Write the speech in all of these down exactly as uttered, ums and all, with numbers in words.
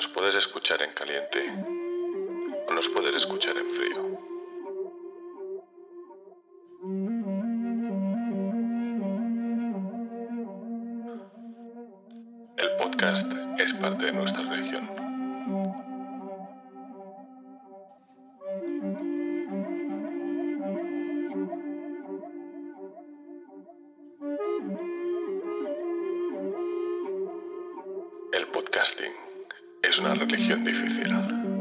Nos puedes escuchar en caliente o nos puedes escuchar en frío. El podcast es parte de nuestra región. El podcasting es una religión difícil.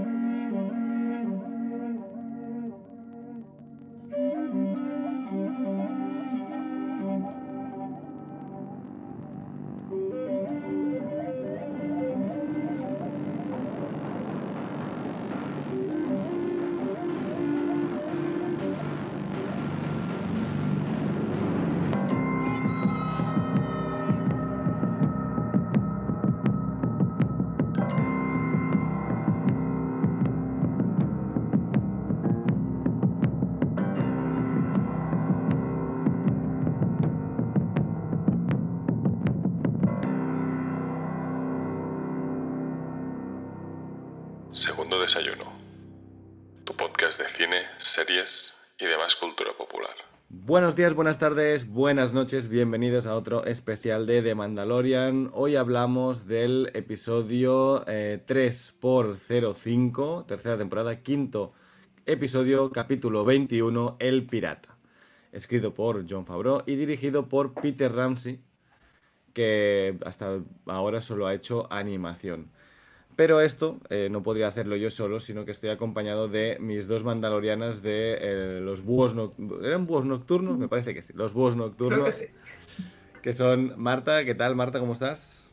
Segundo desayuno. Tu podcast de cine, series y demás cultura popular. Buenos días, buenas tardes, buenas noches, bienvenidos a otro especial de The Mandalorian. Hoy hablamos del episodio eh, tres por cero cinco, tercera temporada, quinto episodio, capítulo veintiuno, El Pirata. Escrito por Jon Favreau y dirigido por Peter Ramsey, que hasta ahora solo ha hecho animación. Pero esto eh, no podría hacerlo yo solo, sino que estoy acompañado de mis dos mandalorianas de eh, los búhos nocturnos. ¿Eran búhos nocturnos? Me parece que sí. Los búhos nocturnos. Creo que sí. Que son Marta. ¿Qué tal, Marta? ¿Cómo estás?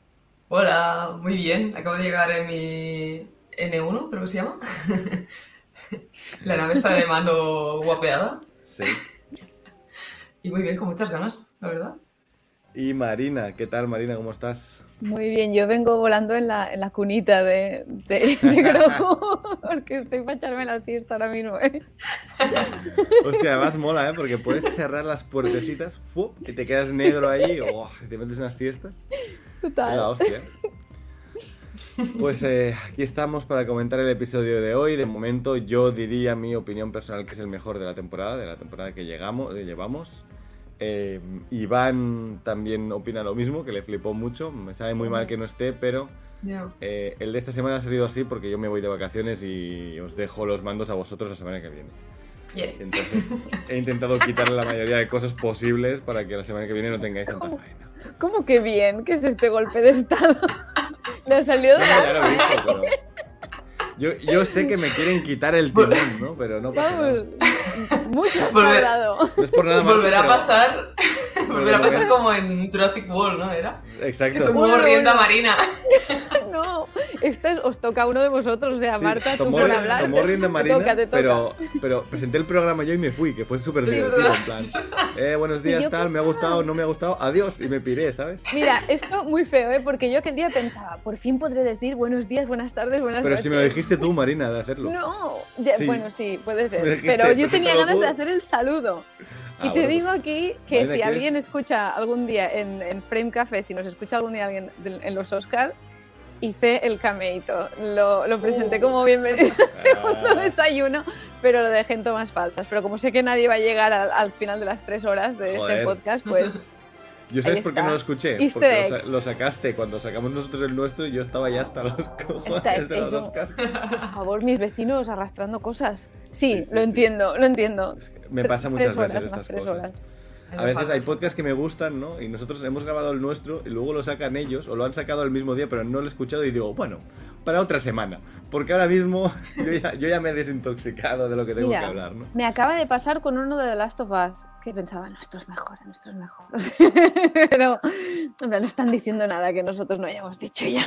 Hola, muy bien. Acabo de llegar en mi ene uno, creo que se llama. La nave está de mando guapeada. Sí. Y muy bien, con muchas ganas, la verdad. Y Marina. ¿Qué tal, Marina? ¿Cómo estás? Muy bien, yo vengo volando en la, en la cunita de, de, de Grogu, porque estoy para echarme la siesta ahora mismo, ¿eh? Hostia, además mola, ¿eh? Porque puedes cerrar las puertecitas ¡fu! Y te quedas negro ahí oh, y te metes unas siestas. Total. La hostia. Pues eh, aquí estamos para comentar el episodio de hoy. De momento yo diría mi opinión personal que es el mejor de la temporada, de la temporada que llegamos, eh, llevamos. Eh, Iván también opina lo mismo, que le flipó mucho. Me sabe muy mal que no esté, pero Yeah. eh, el de esta semana ha salido así porque yo me voy de vacaciones y os dejo los mandos a vosotros la semana que viene. Bien. Entonces he intentado quitarle la mayoría de cosas posibles para que la semana que viene no tengáis tanta faena. ¿Cómo que bien? ¿Qué es este golpe de estado? ¿Le ha salido de Ya la... lo he visto, pero... Yo, yo sé que me quieren quitar el timón, ¿no? Pero no pasa nada. Vamos, mucho has Volver- tardado. No es por nada más. Volverá a pero- pasar. Volverá a de pasar momento- como en Jurassic World, ¿no? Era. Que Exacto. tomó Bueno, rienda bueno. marina. No, esto es- os toca a uno de vosotros, o sea, Sí, Marta, tú tomó, por ri- hablar. tomó rienda Te marina, toca, te toca. Pero, pero presenté el programa yo y me fui, que fue súper Sí, divertido, ¿verdad? en plan, eh, buenos días, Y yo, tal, ¿qué me ha tal? gustado, no me ha gustado, adiós, y me piré, ¿sabes? Mira, esto muy feo, ¿eh? Porque yo aquel día pensaba, por fin podré decir buenos días, buenas tardes, buenas Pero noches. si me lo dijiste tú, Marina, de hacerlo. No, de- Sí. bueno, sí, puede Me ser. dijiste, Pero yo "Preséntalo tenía ganas tú". de hacer el saludo. Ah, Y te bueno, digo pues, aquí que Marina, si alguien ¿quieres? escucha algún día en, en Frame Café, si nos escucha algún día alguien del- en los Oscar, hice el cameíto. Lo, lo presenté como bienvenido al segundo Ah. desayuno, pero lo dejé en tomas falsas. Pero como sé que nadie va a llegar al, al final de las tres horas de Joder. este podcast, pues ¿Yo sabes ahí por qué está. no lo escuché? Easter Porque lo, egg. sa- lo sacaste cuando sacamos nosotros el nuestro y yo estaba ya hasta los cojones Esta es de los eso. Oscars. por favor, mis vecinos arrastrando cosas. Sí, Sí, sí, lo sí. entiendo, lo entiendo. Es que me Tre- pasa muchas tres horas, veces unas estas tres cosas. horas. A veces hay podcasts que me gustan, ¿no? Y nosotros hemos grabado el nuestro y luego lo sacan ellos o lo han sacado el mismo día, pero no lo he escuchado y digo, bueno, para otra semana. Porque ahora mismo yo ya, yo ya me he desintoxicado de lo que tengo Mira, que hablar, ¿no? me acaba de pasar con uno de The Last of Us, que pensaba, nuestro es mejor, nuestro es mejor. Pero en plan, no están diciendo nada que nosotros no hayamos dicho ya.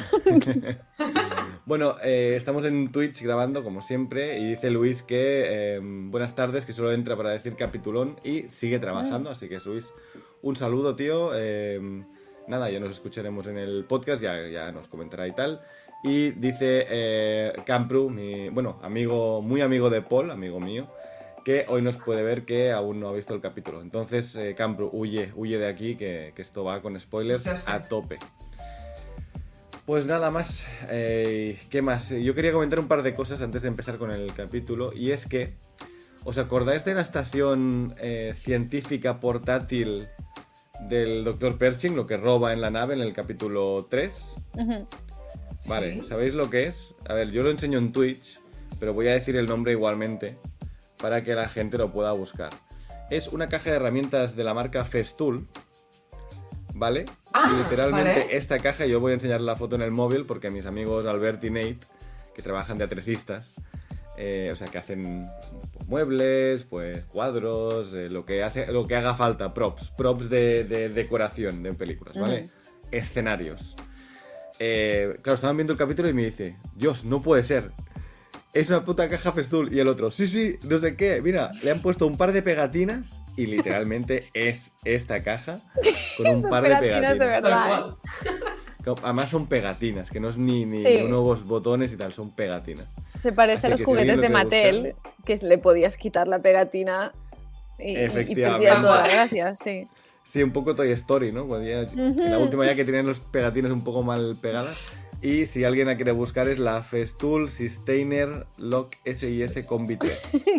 Bueno, eh, estamos en Twitch grabando, como siempre, y dice Luis que eh, buenas tardes, que solo entra para decir capitulón y sigue trabajando, así que Luis, un saludo, tío. Eh, nada, ya nos escucharemos en el podcast, ya, ya nos comentará y tal. Y dice eh, Campru, mi, bueno, amigo, muy amigo de Paul, amigo mío, que hoy nos puede ver que aún no ha visto el capítulo. Entonces, eh, Campru, huye, huye de aquí, que, que esto va con spoilers Hostia, sí. a tope. Pues nada más. Eh, ¿Qué más? Yo quería comentar un par de cosas antes de empezar con el capítulo. Y es que, ¿os acordáis de la estación eh, científica portátil del doctor Pershing, lo que roba en la nave en el capítulo tres? Ujú. Vale, Sí. ¿sabéis lo que es? A ver, yo lo enseño en Twitch, pero voy a decir el nombre igualmente para que la gente lo pueda buscar. Es una caja de herramientas de la marca Festool, ¿vale? Ah, y literalmente vale. esta caja, yo voy a enseñar la foto en el móvil porque mis amigos Albert y Nate, que trabajan de atrecistas, eh, o sea, que hacen muebles, pues cuadros, eh, lo, que hace, lo que haga falta, props, props de, de decoración de películas, ¿vale? Ujú. Escenarios. Eh, claro, estaban viendo el capítulo y me dice, Dios, no puede ser. Es una puta caja Festool. Y el otro, sí, sí, no sé qué. Mira, le han puesto un par de pegatinas y literalmente es esta caja con un Son par de pegatinas pegatinas. de Tal verdad. cual. Además son pegatinas, que no es ni, ni Sí. nuevos botones y tal, son pegatinas. Se parece Así a los que si alguien juguetes lo de quiere Mattel, que le podías quitar la pegatina y, y- y Efectivamente. perdía toda la gracia, sí. Sí, un poco Toy Story, ¿no? Cuando ya- Ujú. En la última ya que tienen los pegatinas un poco mal pegadas. Y si alguien la quiere buscar es la Festool Sustainer Lock S I S Combi tres.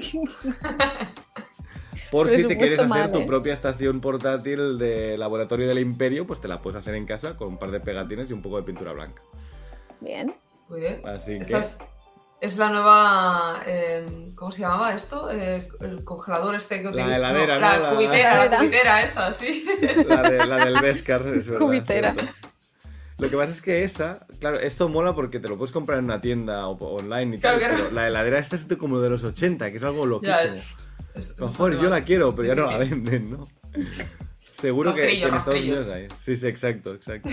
Por si te quieres Presupuesto hacer mal, tu ¿eh? propia estación portátil de laboratorio del Imperio, pues te la puedes hacer en casa con un par de pegatinas y un poco de pintura blanca. Bien. Muy bien. Así Esta que- es, es la nueva... eh, ¿cómo se llamaba esto? Eh, el congelador este que utiliza... heladera, La ¿no? La- cubitera, La la cubitera esa, sí. La, de- la del Beskar, es verdad, Cubitera. cierto. Lo que pasa es que esa, claro, esto mola porque te lo puedes comprar en una tienda o, o online y Claro, tal, claro. pero la heladera esta es de como de los ochenta, que es algo Ya, loquísimo. es- es A lo mejor bastante yo la más quiero, pero ya no la difícil. venden, ¿no? Seguro que, Rastrillo, que en Estados rastrillos. Unidos hay. Sí, sí, exacto, exacto.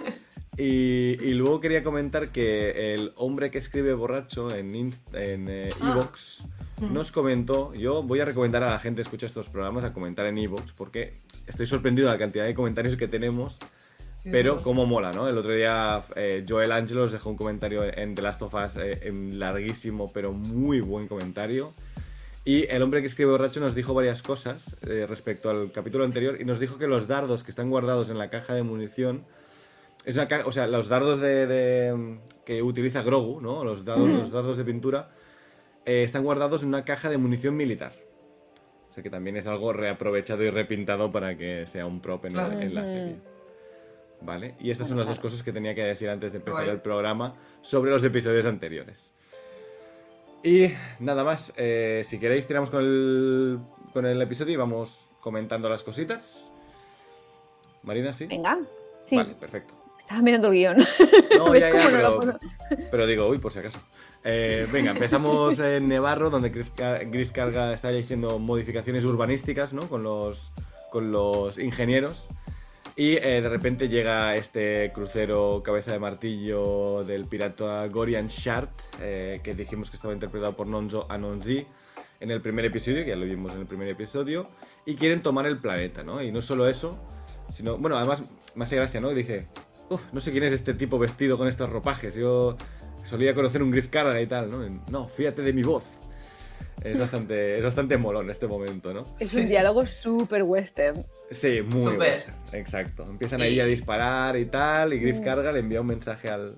Y, y luego quería comentar que el hombre que escribe borracho en Inst- en eh, Ah. Evox nos comentó, yo voy a recomendar a la gente que escucha estos programas a comentar en Evox porque estoy sorprendido de la cantidad de comentarios que tenemos, Sí, pero sí. cómo mola, ¿no? El otro día eh, Joel Angelos dejó un comentario en The Last of Us, eh, en larguísimo, pero muy buen comentario. Y el hombre que escribe borracho nos dijo varias cosas eh, respecto al capítulo anterior y nos dijo que los dardos que están guardados en la caja de munición es una ca- o sea, los dardos de, de- que utiliza Grogu, ¿no? Los dardos, los dardos de pintura eh, están guardados en una caja de munición militar. O sea que también es algo reaprovechado y repintado para que sea un prop en, la- Claro. en la Ujú. serie. ¿Vale? Y estas son las dos cosas que tenía que decir antes de empezar Guay. el programa sobre los episodios anteriores. Y nada más, eh, si queréis tiramos con el, con el episodio y vamos comentando las cositas. Marina, ¿sí? Venga. Sí, Vale, perfecto. estaba mirando el guión. No, ¿Ves ya, cómo ya, no lo pero, pero digo, uy, por si acaso. Eh, venga, empezamos en Nevarro, donde Griff, Car- Griff Carga está ya haciendo modificaciones urbanísticas, ¿no? Con los, con los ingenieros. Y eh, de repente llega este crucero cabeza de martillo del pirata Gorian Shard, eh, que dijimos que estaba interpretado por Nonzo Anonzi en el primer episodio, que ya lo vimos en el primer episodio, y quieren tomar el planeta, ¿no? Y no solo eso, sino, bueno, además me hace gracia, ¿no? Y dice, "Uf, no sé quién es este tipo vestido con estos ropajes, yo solía conocer un Griff Carga y tal, ¿no? Y, no, fíjate de mi voz. Es bastante, es bastante molón este momento, ¿no? Es Sí. un diálogo súper western. Sí, muy Súper. western, exacto. Empiezan ahí a disparar y tal, y Griff Carga le envía un mensaje al,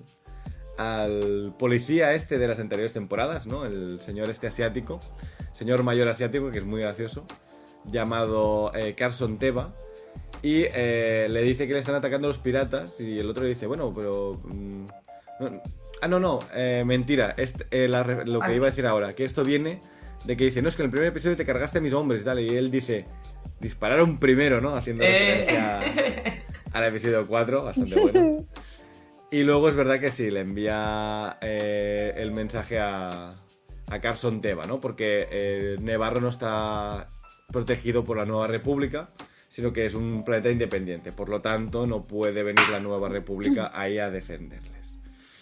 al policía este de las anteriores temporadas, ¿no? El señor este asiático, señor mayor asiático, que es muy gracioso, llamado eh, Carson Teva, y eh, le dice que le están atacando los piratas, y el otro le dice, bueno, pero... mm, no- ah, no, no, eh, mentira, este, eh, la re- lo que Ah. iba a decir ahora, que esto viene de que dice, no, es que en el primer episodio te cargaste a mis hombres y tal, y él dice, dispararon primero, ¿no? Haciendo Eh. referencia a- al episodio cuatro, bastante bueno. Y luego es verdad que sí, le envía eh, el mensaje a, a Carson Teva, ¿no? Porque eh, Nevarro no está protegido por la Nueva República, sino que es un planeta independiente. Por lo tanto, no puede venir la Nueva República ahí a defenderles.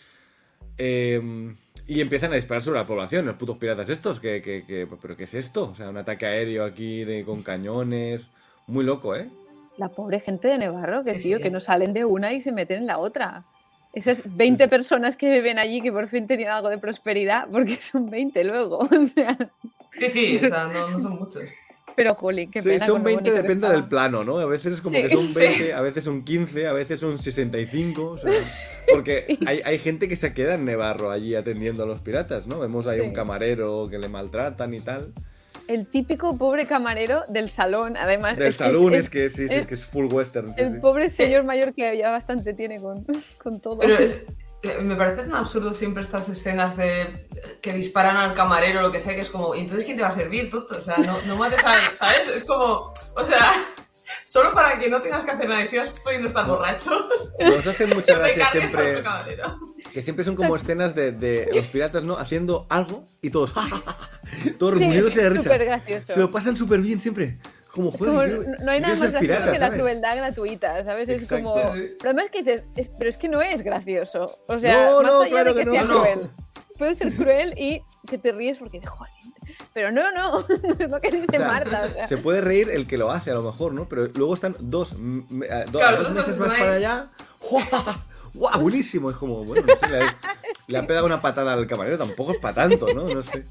Eh, y empiezan a disparar sobre la población, los putos piratas estos. Que, que, que- ¿Pero qué es esto? O sea, un ataque aéreo aquí de, con cañones. Muy loco, ¿eh? La pobre gente de Nevarro, que Sí, tío, sí. que no salen de una y se meten en la otra. Esas veinte personas que viven allí que por fin tenían algo de prosperidad, porque son veinte luego, o sea... Sí, sí, o sea, no, no son muchos. Pero, Juli, qué Sí, pena. son con lo veinte, bonito que depende estaba. del plano, ¿no? A veces es como Sí. que son Sí. veinte, a veces son quince, a veces son sesenta y cinco. O sea, porque Sí. hay, hay gente que se queda en Nevarro allí atendiendo a los piratas, ¿no? Vemos ahí Sí. un camarero que le maltratan y tal. El típico pobre camarero del salón, además. Del es, salón es, es- que sí, sí, es, que es full western. Sí, el sí. pobre señor mayor que ya bastante tiene con, con todo. Pero es, eh, me parece tan absurdo siempre estas escenas de que disparan al camarero o lo que sea, que es como, ¿y entonces quién te va a servir, tonto? O sea, no, no mates a... ¿Sabes? Es como, o sea, solo para que no tengas que hacer nada y sigas pudiendo estar borrachos. Nos hacen mucha Te gracia cargues siempre a tu camarero. que siempre son como escenas de, de los piratas, ¿no? Haciendo algo y todos todos Sí, muriéndose de risa. súper gracioso. Se lo pasan súper bien siempre. Como, Es joder, como, yo quiero- no hay yo nada quiero más ser gracioso pirata, que la ¿sabes? crueldad gratuita, ¿sabes? Es Exacto. como... Pero además que dices, es- pero es que no es gracioso. O sea, No, más no, allá claro de que, que sea no. cruel. Puede ser cruel y que te ríes porque de joder. Pero no, no, es lo que dice O sea, Marta. O sea. Se puede reír el que lo hace, a lo mejor, ¿no? Pero luego están dos, m- m- eh, do- Claro, dos dos meses están más ahí. para allá. ¡Guau! ¡Guau! Buenísimo. Es como, bueno, no sé, le, le ha pegado una patada al camarero, tampoco es para tanto, ¿no? No sé.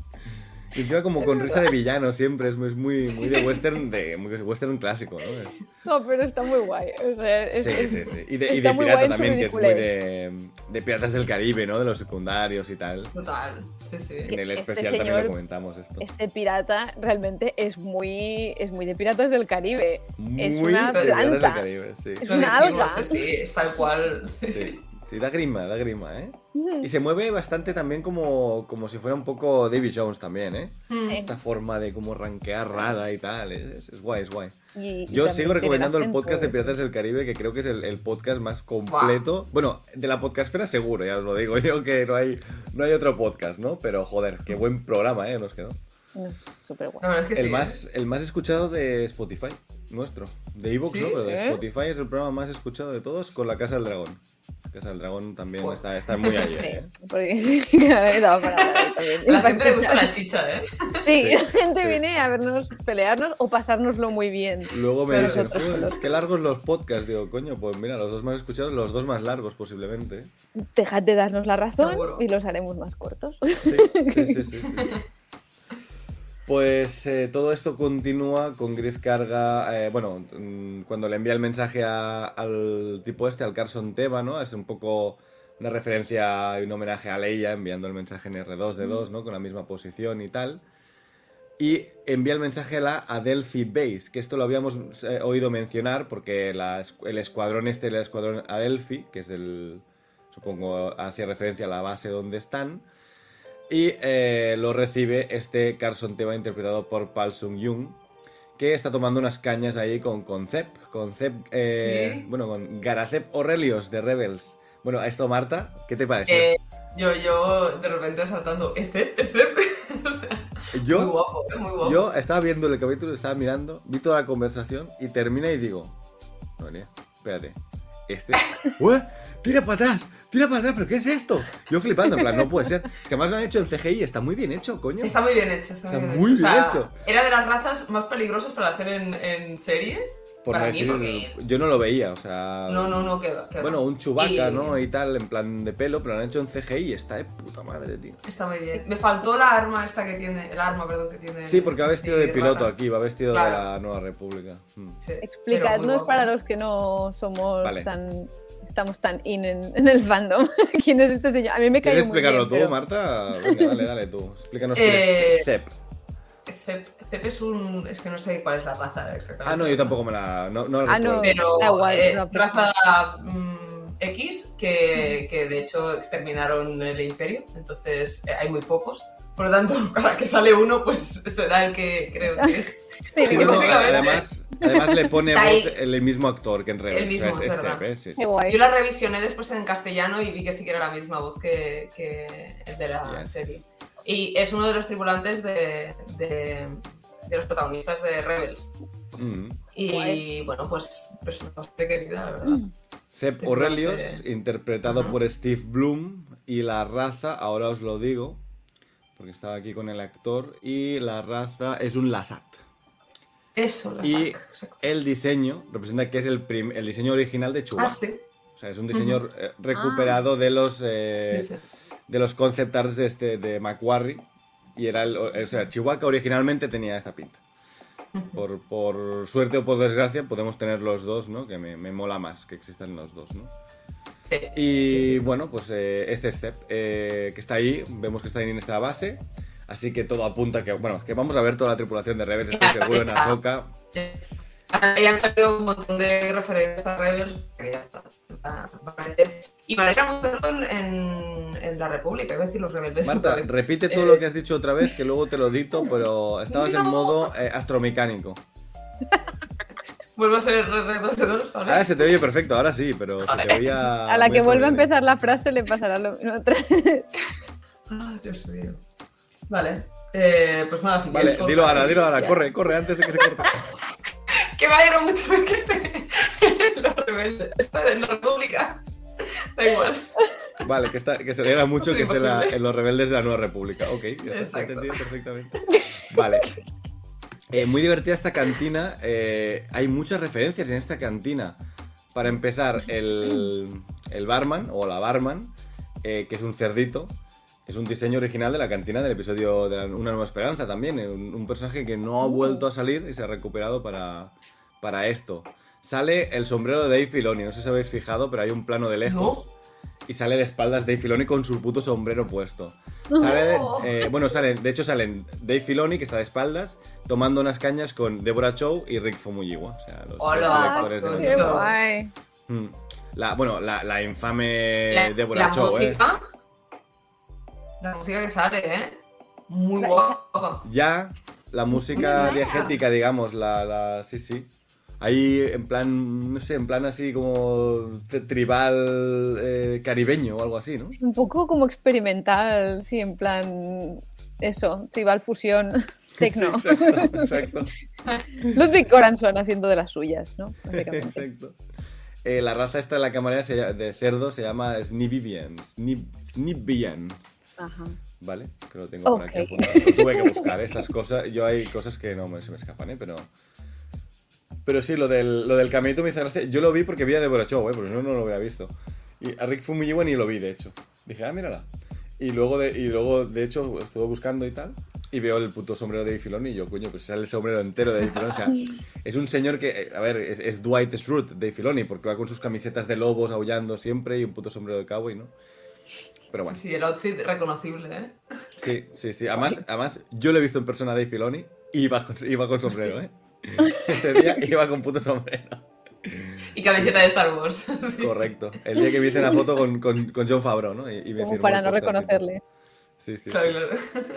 Y encima como con risa de villano siempre, es muy, es muy, muy de western, de muy western clásico, ¿no? Es- No, pero está muy guay. O sea, es, sí, es- sí, sí. Y de, y está de muy pirata guay en su también, que es muy ridiculez. de, de Piratas del Caribe, ¿no? De los secundarios y tal. Total, sí, sí. En el este especial también señor- lo comentamos esto. Este pirata realmente es muy, es muy de Piratas del Caribe. es Muy una de Piratas del planta. Caribe, sí. Es Lo una dijimos, alga. sí, sí, es tal cual. Sí. Sí, sí, da grima, da grima, ¿eh? Y se mueve bastante también como, como si fuera un poco Davy Jones también, ¿eh? Mm. Eh, Esta forma de como ranquear rara y tal, es, es guay, es guay. y- y Yo también sigo tiene recomendando el acento. podcast de Piratas del Caribe, que creo que es el, el podcast más completo. Bueno, de la podcastfera seguro, ya os lo digo yo, que no hay, no hay otro podcast, ¿no? Pero joder, qué buen programa, ¿eh? Nos quedó. Mm, Súper guay. La verdad es que El sí. más, el más escuchado de Spotify, nuestro. De Evox, ¿Sí? ¿no? Pero de ¿Eh? Spotify es el programa más escuchado de todos con La Casa del Dragón. La Casa del Dragón también Joder. está, está muy ahí, Sí, ¿eh? porque sí, he dado para hablar también. A la Para gente le gusta escuchar. la chicha, ¿eh? Sí, Sí, la gente sí. viene a vernos pelearnos o pasárnoslo muy bien. Luego me Pero dicen, nosotros "Joder, solo". qué largos los podcasts. Digo, coño, pues mira, los dos más escuchados, los dos más largos posiblemente. Dejad de darnos la razón Seguro. y los haremos más cortos. Sí, sí, sí, sí, sí. Pues eh, todo esto continúa con Griff carga, eh, bueno, mm, cuando le envía el mensaje a- al tipo este, al Carson Teva, ¿no? Es un poco una referencia y un homenaje a Leia enviando el mensaje en R dos D dos, ¿no? Con la misma posición y tal. Y envía el mensaje a la Adelphi Base, que esto lo habíamos eh, oído mencionar porque la es- el escuadrón este, el escuadrón Adelphi, que es el, supongo, hace referencia a la base donde están. Y eh, lo recibe este Carson Teva interpretado por Pal Sung Yung, que está tomando unas cañas ahí con, con Zep, con Zep, eh, Sí. bueno, con Garacep Aurelios de Rebels. Bueno, a esto, Marta, ¿qué te parece? Eh, yo, yo de repente saltando, este, este, o sea, yo, muy guapo, ¿eh? Muy guapo. yo estaba viendo el capítulo, estaba mirando, vi toda la conversación y termina y digo, Noelia, espérate, este, ¡Ué! ¡Tira para atrás! ¡Tira para atrás! ¿Pero qué es esto? Yo flipando, en plan, no puede ser. Es que además lo han hecho en C G I, está muy bien hecho, coño. Está muy bien hecho, está, Está muy bien muy hecho. O bien sea, hecho. Era de las razas más peligrosas para hacer en, en serie. Por para no mí, decir, porque... yo no lo veía, o sea... No, no, no, queda. queda. Bueno, un Chewbacca, Y- ¿no? Y tal, en plan de pelo, pero lo han hecho en C G I y está de puta madre, tío. Está muy bien. Me faltó la arma esta que tiene, el arma, perdón, que tiene. Sí, porque va vestido de sí, piloto rara. aquí, va vestido de Claro. la Nueva República. Mm. Sí, pero muy Explicadnos guapo. para los que no somos Vale. tan... Estamos tan in en, en el fandom. ¿Quién es este señor? A mí me cae ¿Quieres muy explicarlo bien, tú, pero- Marta? Venga, dale, dale tú. Explícanos quién Eh, es Zep. Cep, Cep es un. Es que no sé cuál es la raza exactamente. Ah, no, yo tampoco me la... No, no la Ah, no. recuerdo. Pero Da igual, eh, no, pero- raza mm, X que, que de hecho exterminaron el imperio, entonces eh, hay muy pocos. Por lo tanto, cada que sale uno, pues será el que creo que. Sí, Sí, que no, básicamente- además, además le pone O sea, voz hay- el mismo actor que en Rebels. El mismo, o sea, es es, es verdad. Zep, ¿eh? Sí, sí. Qué guay. Yo la revisioné después en castellano y vi que sí que era la misma voz que, que el de la Yes. serie. Y es uno de los tripulantes de, de, de los protagonistas de Rebels. Mm. Y Guay. bueno, pues persona bastante querida, la verdad. Zep Que Aurelios, parece- interpretado Ajá. por Steve Bloom, y la raza, ahora os lo digo, porque estaba aquí con el actor, y la raza es un Lasat. Eso, la Y sac, exacto. el diseño representa que es el, prim- el diseño original de Chewbacca. Ah, sí. O sea, es un diseño eh, recuperado de los eh, Sí, sí. de los concept arts de este de McQuarrie, y era el, o sea, Chewbacca originalmente tenía esta pinta. Por, por suerte o por desgracia podemos tener los dos, ¿no? Que me, me mola más que existan los dos, ¿no? Sí, Y sí, sí. bueno, pues eh, este Step, eh, que está ahí, vemos que está ahí en esta base, así que todo apunta que, bueno, que vamos a ver toda la tripulación de Rebels, estoy seguro, en Ahsoka. Ya han salido un montón de referencias a Rebels que ya está, va a aparecer. Y me alegra mucho verlo en, en la República, iba a decir los rebeldes. Marta, ¿vale? repite todo Eh, lo que has dicho otra vez, que luego te lo dicto, pero estabas en No. modo eh, astromecánico. Vuelvo a ser R dos D dos, ¿vale? Ahora se te oye perfecto, ahora sí, pero se te oía... A la muy que vuelva a astromecánico. empezar la frase le pasará lo mismo otra vez. Ah, Dios mío. Vale. Eh, pues nada, si Vale, quieres, dilo corta ahora, y dilo ahora, ya. corre, corre, antes de que se corte. Que me alegro mucho de que esté en los rebeldes. Está en la República. Da igual. Vale, que, está, que se alegra mucho Eso que es esté en, la- imposible. en los rebeldes de la Nueva República. Ok, ya está, Exacto. entendido perfectamente. Vale. Eh, muy divertida esta cantina. eh, hay muchas referencias en esta cantina. Para empezar, el, el barman, o la barman, eh, que es un cerdito, es un diseño original de la cantina del episodio de la- Una Nueva Esperanza también. eh, Un, un personaje que no ha vuelto a salir y se ha recuperado para, para esto. Sale el sombrero de Dave Filoni, no sé si habéis fijado, pero hay un plano de lejos. Y sale de espaldas Dave Filoni con su puto sombrero puesto. Sale, eh, bueno, salen, de hecho salen Dave Filoni, que está de espaldas, tomando unas cañas con Deborah Chow y Rick Famuyiwa. O sea, los, Hola, los Ay, actores de la bonito. qué película. guay. Mm. La, bueno, la, la infame La, Deborah la Chow, ¿eh? música. La música que sale, ¿eh? Muy La- guapa. Ya, la música Muy buena. diegética, digamos, la, la... Sí, sí. Ahí, en plan, no sé, en plan así como t- tribal eh, caribeño o algo así, ¿no? Un poco como experimental, sí, en plan. Eso, tribal fusión, tecno. Sí, exacto, exacto. Ludwig Göransson haciendo de las suyas, ¿no? Básicamente. Exacto. Eh, la raza esta de la camarera se llama- de cerdo se llama Snivian. Snib, Snivian. Ajá. ¿Vale? Que lo tengo por aquí Ok. apuntado. Lo tuve que buscar, ¿eh? Estas cosas. Yo hay cosas que no me, se me escapan, ¿eh? Pero. Pero sí, lo del, lo del caminito me hizo gracia. Yo lo vi porque vi a Deborah Chow, ¿eh? Porque si no, no lo hubiera visto. Y a Rick Famuyiwa ni lo vi, de hecho. Dije, ah, mírala. Y luego, de, y luego, de hecho, estuve buscando y tal. Y veo el puto sombrero de Dave Filoni. Y yo, coño, pues sale el sombrero entero de Dave Filoni. O sea, es un señor que, eh, a ver, es, es Dwight Schrute, Dave Filoni, porque va con sus camisetas de lobos aullando siempre y un puto sombrero de cowboy, ¿no? Pero bueno. Sí, sí, el outfit reconocible, ¿eh? Sí, sí, sí. Además, además yo lo he visto en persona a Dave Filoni y iba con, iba con sombrero, ¿eh? Ese día iba con puto sombrero. Y camiseta de Star Wars. Sí. Correcto. El día que me hice una foto con, con, con Jon Favreau, ¿no? Y, y me Como firmó para el no póster, reconocerle. tipo. Sí, sí, Claro, sí. claro.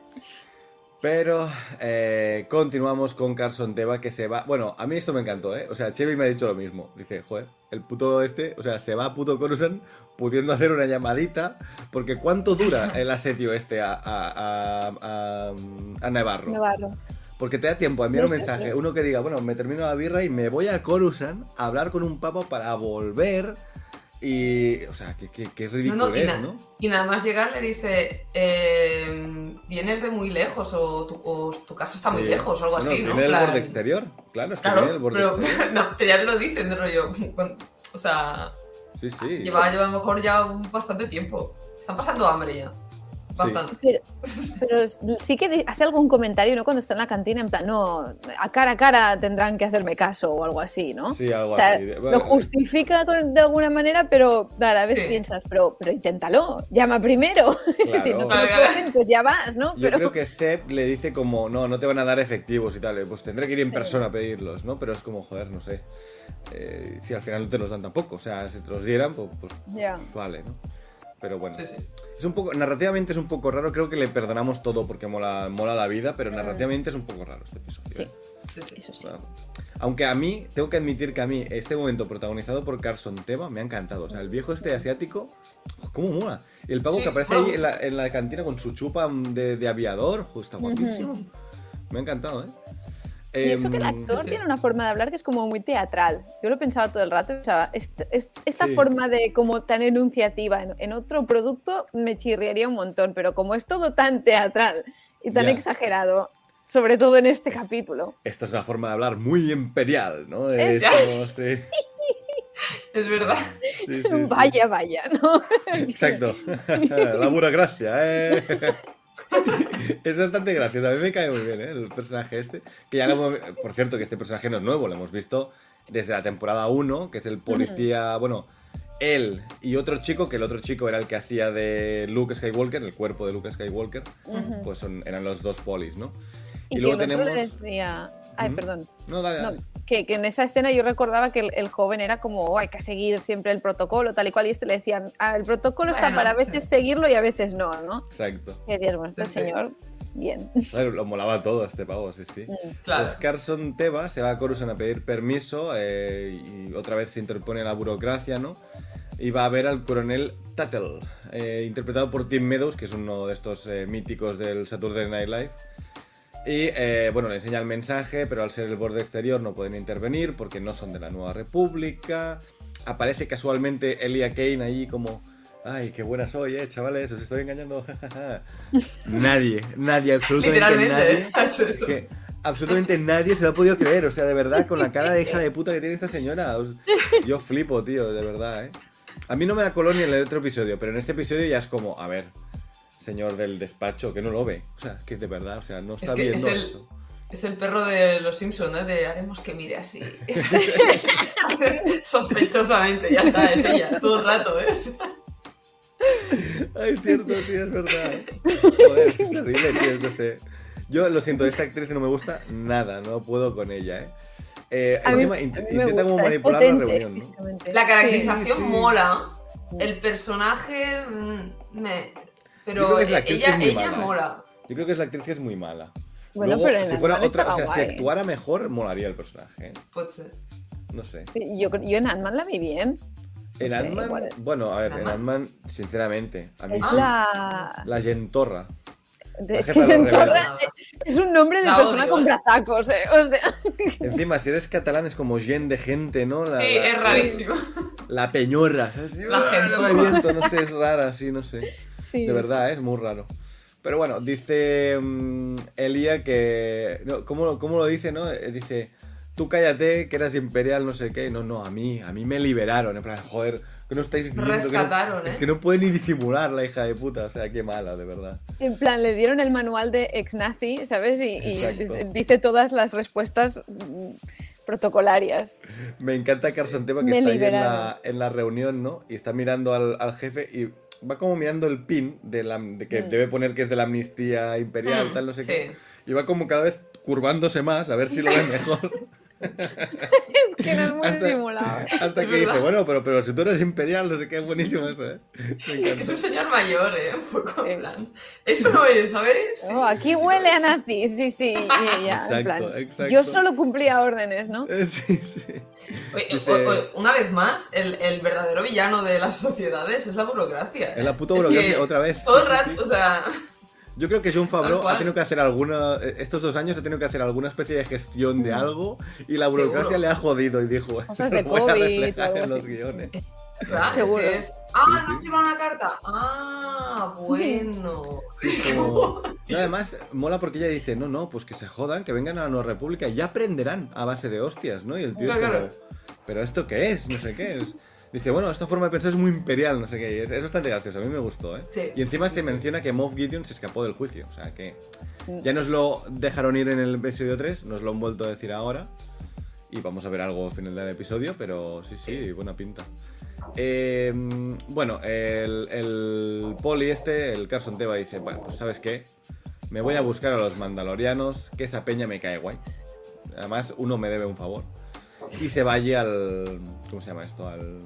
Pero eh, continuamos con Carson Teva, que se va... Bueno, a mí esto me encantó, ¿eh? O sea, Chevy me ha dicho lo mismo. Dice, joder, el puto este... O sea, se va a puto Coruscant pudiendo hacer una llamadita. Porque ¿cuánto dura el asedio este a, a, a, a, a Navarro? Navarro. Porque te da tiempo a enviar No un sé, mensaje. tío. Uno que diga, bueno, me termino la birra y me voy a Coruscant a hablar con un papa para volver. Y... O sea, que, que, que No, ridículo no, y, es, na- ¿no? y nada más llegar le dice, eh, vienes de muy lejos o tu, o tu casa está muy Sí. lejos o algo Bueno, así, ¿no? viene del Plan- borde exterior. Claro, es que viene del Claro, borde pero exterior. no, pero ya te lo dicen de rollo. cuan- O sea, Sí, sí. lleva, lleva a lo mejor ya un- bastante tiempo. Están pasando hambre ya. Bastante. Pero, pero sí que de- hace algún comentario, ¿no? Cuando está en la cantina, en plan, no, a cara a cara tendrán que hacerme caso o algo así, ¿no? Sí, algo O sea, así. Bueno, lo justifica con- de alguna manera, pero a la vez Sí. piensas, pero, pero inténtalo, llama primero. Claro. Si no te lo Claro. cogen, pues ya vas, ¿no? Yo Pero creo que Zeb le dice como, no, no te van a dar efectivos y tal, eh, pues tendré que ir en Sí. persona a pedirlos, ¿no? Pero es como, joder, no sé. Eh, si al final no te los dan tampoco, o sea, si te los dieran, pues, pues ya. vale, ¿no? Pero bueno. Sí, sí. Es un poco, narrativamente es un poco raro, creo que le perdonamos todo porque mola, mola la vida, pero narrativamente es un poco raro este episodio. Sí. ¿eh? Sí, sí. Eso sí. Bueno, aunque a mí, tengo que admitir que a mí, este momento protagonizado por Carson Teva me ha encantado. O sea, el viejo este asiático, ¡oh, cómo mola! Y el pavo Sí, que aparece mola ahí en mucho. la, en la cantina con su chupa de, de aviador, ¡jo, está guapísimo! Me ha encantado, ¿eh? Y eso que el Em, actor sí. tiene una forma de hablar que es como muy teatral. Yo lo pensaba todo el rato, pensaba, est- est- esta Sí. forma de como tan enunciativa en, en otro producto me chirriaría un montón, pero como es todo tan teatral y tan Ya. exagerado, sobre todo en este Es- capítulo. Esta es una forma de hablar muy imperial, ¿no? Es Es- como, sí, Es verdad. sí, sí, sí. Vaya, vaya, ¿no? Exacto. La burocracia, ¿eh? Es bastante gracioso, a mí me cae muy bien, ¿eh? El personaje este. Que ya lo hemos... Por cierto, que este personaje no es nuevo, lo hemos visto desde la temporada uno, que es el policía, bueno, él y otro chico, que el otro chico era el que hacía de Luke Skywalker, el cuerpo de Luke Skywalker, uh-huh. pues son, eran los dos polis, ¿no? Y, y luego que el tenemos... otro le decía... Ay, ¿Mm? Perdón. No, dale, dale. No, que, que en esa escena yo recordaba que el, el joven era como, oh, hay que seguir siempre el protocolo, tal y cual, y este le decía, ah, el protocolo bueno, está para a veces sí. seguirlo y a veces no, ¿no? Exacto. Y decías, bueno, este sí. señor, bien. Claro, lo molaba todo este pavo, sí, sí. Mm, claro. Pues Carson Teva se va a Coruscant a pedir permiso eh, y otra vez se interpone la burocracia, ¿no? Y va a ver al coronel Tuttle, eh, interpretado por Tim Meadows, que es uno de estos eh, míticos del Saturday Night Live. Y eh, bueno, le enseña el mensaje, pero al ser el borde exterior no pueden intervenir porque no son de la Nueva República. Aparece casualmente Elia Kane ahí como... Ay, qué buena soy, eh, chavales, os estoy engañando. Nadie, nadie, absolutamente nadie. Ha hecho eso. Que absolutamente nadie se lo ha podido creer. O sea, de verdad, con la cara de hija de puta que tiene esta señora. Os... Yo flipo, tío, de verdad, eh. A mí no me da color ni en el otro episodio, pero en este episodio ya es como, a ver... Señor del despacho, que no lo ve. O sea, que de verdad, o sea, no está es que viendo es el, eso. Es el perro de los Simpsons, ¿no? De haremos que mire así. Sospechosamente, ya está, es ella, todo el rato, ¿eh? Ay, es cierto, tío, es verdad. Joder, es terrible, tío, no sé. Yo lo siento, esta actriz no me gusta nada, no puedo con ella, ¿eh? Eh, a mí, encima, a mí int- me intenta como gusta, manipular es la potente, reunión, ¿no? físicamente. La caracterización Sí, sí. mola, el personaje... mm, me... Yo creo Pero que es la actriz ella, que es muy ella mala, ¿eh? mola. Yo creo que es la actriz que es muy mala. Bueno, Luego, pero en si fuera Ant-Man otra, o sea, estaba si guay. actuara mejor, molaría el personaje, ¿eh? Puede ser. No sé. Yo, yo en Ant-Man la vi bien. En No sé, Ant-Man, igual. bueno, a ver, en ¿Ant-Man? Ant-Man, sinceramente, a mí Es sí. la... La Gentorra. Es jefa que de los Gentorra rebeldes. es un nombre de La persona odio, con ¿eh? brazacos, ¿eh? O sea... Encima, si eres catalán es como gen de gente, ¿no? La, Sí, la- es rarísimo. La peñorra, ¿sabes? La ¡Ah, gentorra. no me viento! No sé, es rara, sí, no sé. Sí, De verdad, ¿eh? Es muy raro. Pero bueno, dice um, Elia que... No, ¿cómo, ¿Cómo lo dice, no? Eh, Dice, tú cállate, que eras imperial, no sé qué. No, no, a mí, a mí me liberaron. En plan, joder, que no estáis viendo. Rescataron, que no, ¿eh? Que no puede ni disimular la hija de puta. O sea, qué mala, de verdad. En plan, le dieron el manual de ex-nazi, ¿sabes? Y, y Exacto. dice- dice todas las respuestas mm, protocolarias. Me encanta Carson Teva que Me está ahí en liberaron. la, en la reunión, ¿no? Y está mirando al, al jefe y va como mirando el pin de, la, de que Mm. debe poner que es de la amnistía imperial, Mm, tal, no sé sí. qué. Y va como cada vez curvándose más a ver si lo ve mejor. Es que no es muy Hasta- disimulado. Hasta Es que dice, verdad. bueno, pero, pero si tú eres imperial, no sé qué, es buenísimo eso, ¿eh? Me Es que es encanta. un señor mayor, ¿eh? Un poco Sí. en plan... Eso no es, ¿sabes? Sí, Oh, aquí sí, sí, huele sí. a nazi, sí, sí. Y ella, en Exacto, plan, exacto. yo solo cumplía órdenes, ¿no? Eh, Sí, sí. Oye, Dice- o- o- una vez más, el, el verdadero villano de las sociedades es la burocracia. Es la puta Es burocracia, que otra vez. Todo el Sí, sí, rato, sí. o sea... Yo creo que Jon Favreau Tal cual. ha tenido que hacer alguna... Estos dos años ha tenido que hacer alguna especie de gestión de algo y la burocracia Seguro. le ha jodido y dijo, Cosas "Eso de lo voy a COVID o reflejar algo en los así". guiones". ¿verdad? Seguro. Es, ah, Sí, ¿no sí. has firmado una carta? Ah, bueno. Sí, como- Y además, mola porque ella dice, no, no, pues que se jodan, que vengan a la Nueva República y ya aprenderán a base de hostias, ¿no? Y el tío Claro, es como, claro. ¿pero esto qué es? No sé qué es. Dice, bueno, esta forma de pensar es muy imperial, no sé qué. Y es, es bastante gracioso, a mí me gustó, ¿eh? Sí, y encima sí, se sí. menciona que Moff Gideon se escapó del juicio, o sea que... Mm. Ya nos lo dejaron ir en el episodio tres, nos lo han vuelto a decir ahora. Y vamos a ver algo al final del episodio, pero sí, sí, buena pinta. Eh, bueno, el, el poli este, el Carson Teva, dice, bueno, pues ¿sabes qué? Me voy a buscar a los mandalorianos, que esa peña me cae guay. Además, uno me debe un favor. Y se va allí al... ¿Cómo se llama esto? Al...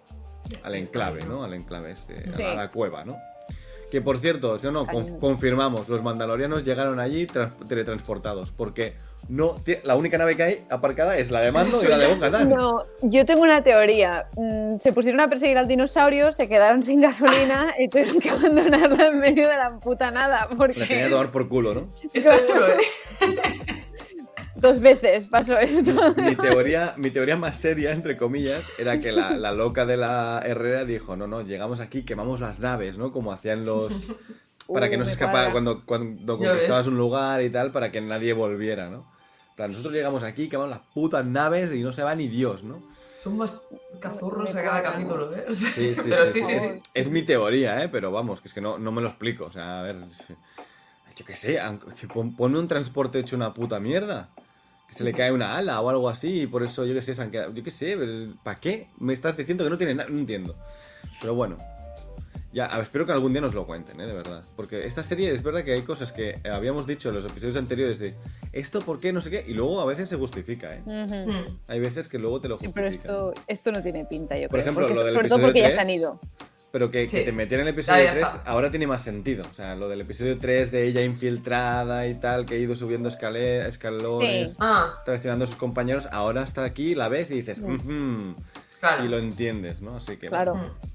Al enclave, ¿no? Al enclave este, Sí. a la cueva, ¿no? Que por cierto, si no, con- confirmamos, los mandalorianos llegaron allí trans- teletransportados, porque no ti- la única nave que hay aparcada es la de Mando y la de Bo-Katan. No, yo tengo una teoría. Mm, se pusieron a perseguir al dinosaurio, se quedaron sin gasolina y tuvieron que abandonarla en medio de la puta nada. La tenía Porque que tomar por culo, ¿no? Es seguro, ¿eh? dos veces pasó esto. Mi teoría, mi teoría más seria, entre comillas, era que la, la loca de la Herrera dijo, no, no, llegamos aquí, quemamos las naves, ¿no? Como hacían los... Para que Uh, no se me escapara cuadra. cuando, cuando Ya conquistabas ves. un lugar y tal, para que nadie volviera, ¿no? En plan, nosotros llegamos aquí, quemamos las putas naves y no se va ni Dios, ¿no? Son más cazurros Me a cada cuadra, capítulo, ¿eh? O sea, Sí, sí, pero sí, sí, sí, sí. sí. Es mi teoría, ¿eh? Pero vamos, que es que no, no me lo explico. O sea, a ver... sí. yo qué sé, aunque pon- ponme un transporte hecho una puta mierda. Que se Sí, le sí. cae una ala o algo así, y por eso, yo qué sé, se han quedado. Yo qué sé, pero ¿para qué? Me estás diciendo que no tiene nada. No entiendo. Pero bueno. Ya, a ver, espero que algún día nos lo cuenten, ¿eh? De verdad. Porque esta serie es verdad que hay cosas que habíamos dicho en los episodios anteriores de esto, ¿por qué? No sé qué. Y luego a veces se justifica, ¿eh? Ujú. Mm. Hay veces que luego te lo Sí, justifican. pero esto, esto no tiene pinta, yo Por creo. ejemplo, Porque- lo del sobre todo episodio porque ya tres, se han ido. Pero que, Sí. que te metieran en el episodio Ya, ya tres está. ahora tiene más sentido. O sea, lo del episodio tres de ella infiltrada y tal, que ha ido subiendo escale- escalones, Sí. Ah, traicionando a sus compañeros. Ahora está aquí, la ves y dices, Mm. "Ujú", claro. y lo entiendes, ¿no? Así que. Claro. bueno. Mm.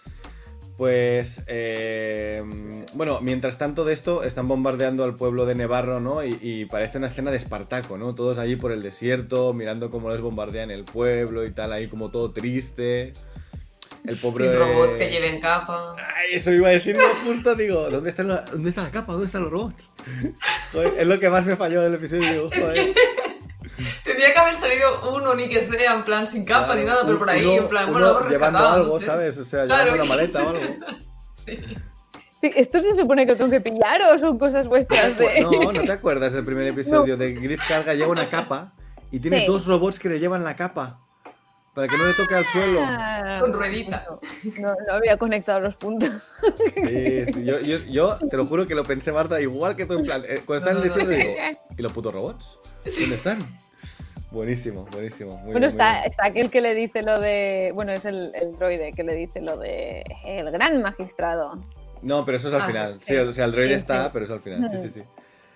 Pues, eh, bueno, mientras tanto de esto, están bombardeando al pueblo de Nevarro, ¿no? Y, y parece una escena de Espartaco, ¿no? Todos allí por el desierto, mirando cómo les bombardean el pueblo y tal, ahí como todo triste. El pobre... Sin robots que lleven capa. Ay, eso iba a decir yo justo, digo, ¿dónde está, la, ¿dónde está la capa? ¿Dónde están los robots? Joder, es lo que más me falló del episodio, digo, Es joder. Tendría que haber salido uno, ni que sea, en plan sin capa Claro, ni nada, pero por ahí, uno- en plan, uno bueno, hemos llevando rescatado, algo, no sé. ¿sabes? O sea, Claro, llevando una maleta o algo. Sí. Sí, ¿esto se supone que lo tengo que pillar o son cosas vuestras de...? No, ¿no te acuerdas del primer episodio de Griff Carga lleva una capa y tiene Sí. dos robots que le llevan la capa para que no le toque al suelo? Ah, Con ruedita. No, no había conectado los puntos. Sí, sí, yo, yo, yo te lo juro que lo pensé, Marta, igual que tú en plan, eh, cuando está en el No, no, no. desierto digo, ¿y los putos robots? ¿Dónde están? Buenísimo, buenísimo. Muy Bueno, bien, está, muy bien. está aquel que le dice lo de... Bueno, es el, el droide que le dice lo de... El gran magistrado. No, pero eso es al Ah, final. sí, Sí, sí. o sea, el droide Sí, está, sí. pero es al final. Sí, Mm. sí, sí.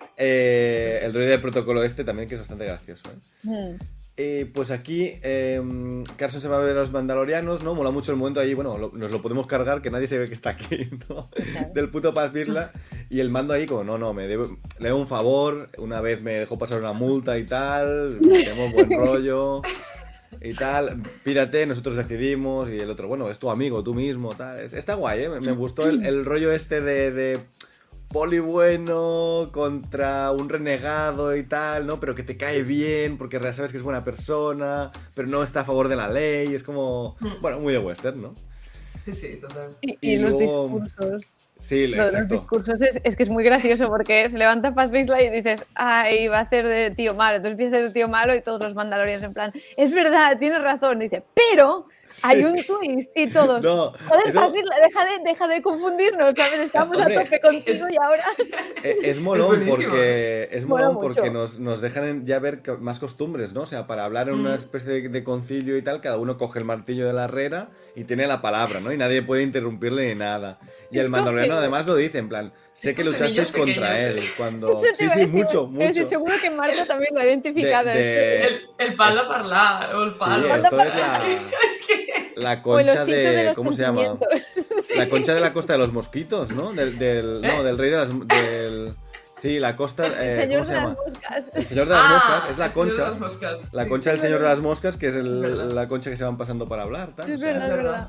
Eh, Sí, sí. El droide del protocolo este también, que es bastante gracioso, ¿eh? Mm. Eh, pues aquí eh, Carson se va a ver a los mandalorianos, ¿no? Mola mucho el momento ahí, bueno, lo- nos lo podemos cargar, que nadie se ve que está aquí, ¿no? Claro. Del puto Paz Vizsla. Y el mando ahí como, no, no, me debo, le debo un favor, una vez me dejó pasar una multa y tal, tenemos buen rollo y tal, pírate, nosotros decidimos. Y el otro, bueno, es tu amigo, tú mismo, tal. Es- Está guay, ¿eh? Me, me gustó el, el rollo este de... de poli bueno contra un renegado y tal, ¿no? Pero que te cae bien porque sabes que es buena persona, pero no está a favor de la ley. Es como, bueno, muy de western, ¿no? Sí, sí, total. Y, Y y los luego- discursos. Sí, Lo de los exacto. discursos es, es que es muy gracioso porque se levanta Paz Vizsla y dices, ay, va a hacer de tío malo. Entonces empieza a hacer de tío malo y todos los mandalorianos en plan, es verdad, tienes razón. Dice, pero hay un twist y todos, No, joder, eso- Paz Vizsla, deja de, deja de confundirnos, ¿sabes? Estamos Hombre, a tope contigo y ahora... Eh, Es molón Es buenísimo. porque es Mola molón porque mucho. nos, nos dejan en- ya ver co- más costumbres, ¿no? O sea, para hablar en una Mm. especie de, de concilio y tal, cada uno coge el martillo de la herrera y tiene la palabra, ¿no? Y nadie puede interrumpirle ni nada. Y el Esto mandaloriano que- además lo dice, en plan, sé que Estos luchasteis semillos contra él pequeños, cuando... Eso te Sí, iba a sí, decir, mucho, pero sí, mucho. seguro que Marta también lo ha identificado. De- de- El, el palo a parlar, o el palo. Sí, esto es la, Es que... la O el concha osito de de... los ¿Cómo se llama? sentimientos. Sí. La concha de la costa de los mosquitos, ¿no? Del, del, no, ¿Eh? del rey de las... Del, sí, la costa... eh, El señor ¿Cómo se de las llama? moscas. El señor de las Ah, moscas, es la el señor de concha. las moscas, La sí. concha del señor de las moscas, que es el- Es verdad. la concha que se van pasando para hablar. Tal, Es o sea, verdad, es verdad.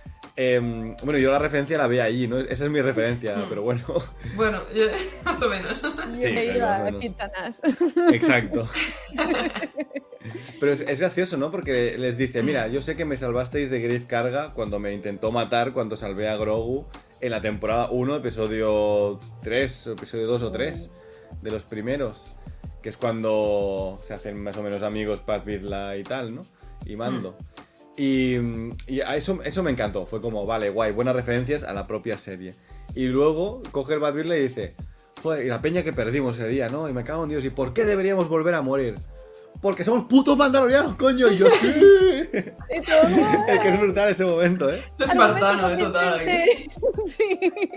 eh, bueno, yo la referencia la vi allí, ¿no? Esa es mi referencia, Mm. pero bueno. Bueno, yo- más o menos. Sí, Yo he exacto, ido más o a menos. Kitsanas. Exacto. Pero es, es gracioso, ¿no? Porque les dice, mira, yo sé que me salvasteis de Griff Karga cuando me intentó matar, cuando salvé a Grogu en la temporada uno, episodio tres, o episodio dos o tres, de los primeros, que es cuando se hacen más o menos amigos Paz Vizsla y tal, ¿no? Y Mando. Y, y a eso, eso me encantó, fue como, vale, guay, buenas referencias a la propia serie. Y luego coge el Paz Vizsla y dice, joder, y la peña que perdimos ese día, ¿no? Y me cago en Dios, ¿y por qué deberíamos volver a morir? Porque somos putos mandalorianos, coño, y yo sí. Y todo, Es que es brutal ese momento, ¿eh? Es espartano, de total. Sí. Sí.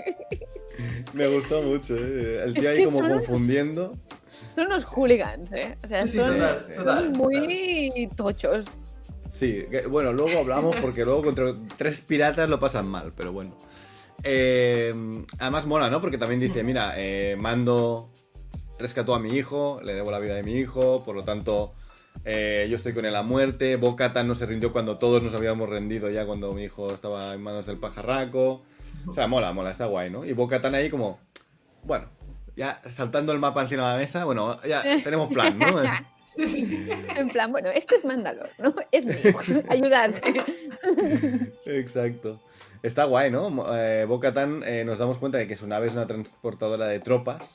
Me gustó mucho, ¿eh? El tío Es ahí que como son- confundiendo. Son unos hooligans, ¿eh? O sea, Sí, sí, son, total, son total. muy tochos. Sí, que- bueno, luego hablamos porque luego contra tres piratas lo pasan mal, pero bueno. Eh, además mola, ¿no? Porque también dice, mira, eh, Mando rescató a mi hijo, le debo la vida de mi hijo, por lo tanto eh, yo estoy con él a muerte. Bo-Katan no se rindió cuando todos nos habíamos rendido ya cuando mi hijo estaba en manos del pajarraco. O sea, mola, mola, está guay, ¿no? Y Bo-Katan ahí como, bueno, ya saltando el mapa encima de la mesa, bueno, ya tenemos plan, ¿no? Sí, sí. En plan, bueno, esto es Mandalor, ¿no? Es mío. Ayudarte. Exacto. Está guay, ¿no? Eh, Bo-Katan eh, nos damos cuenta de que su nave es una transportadora de tropas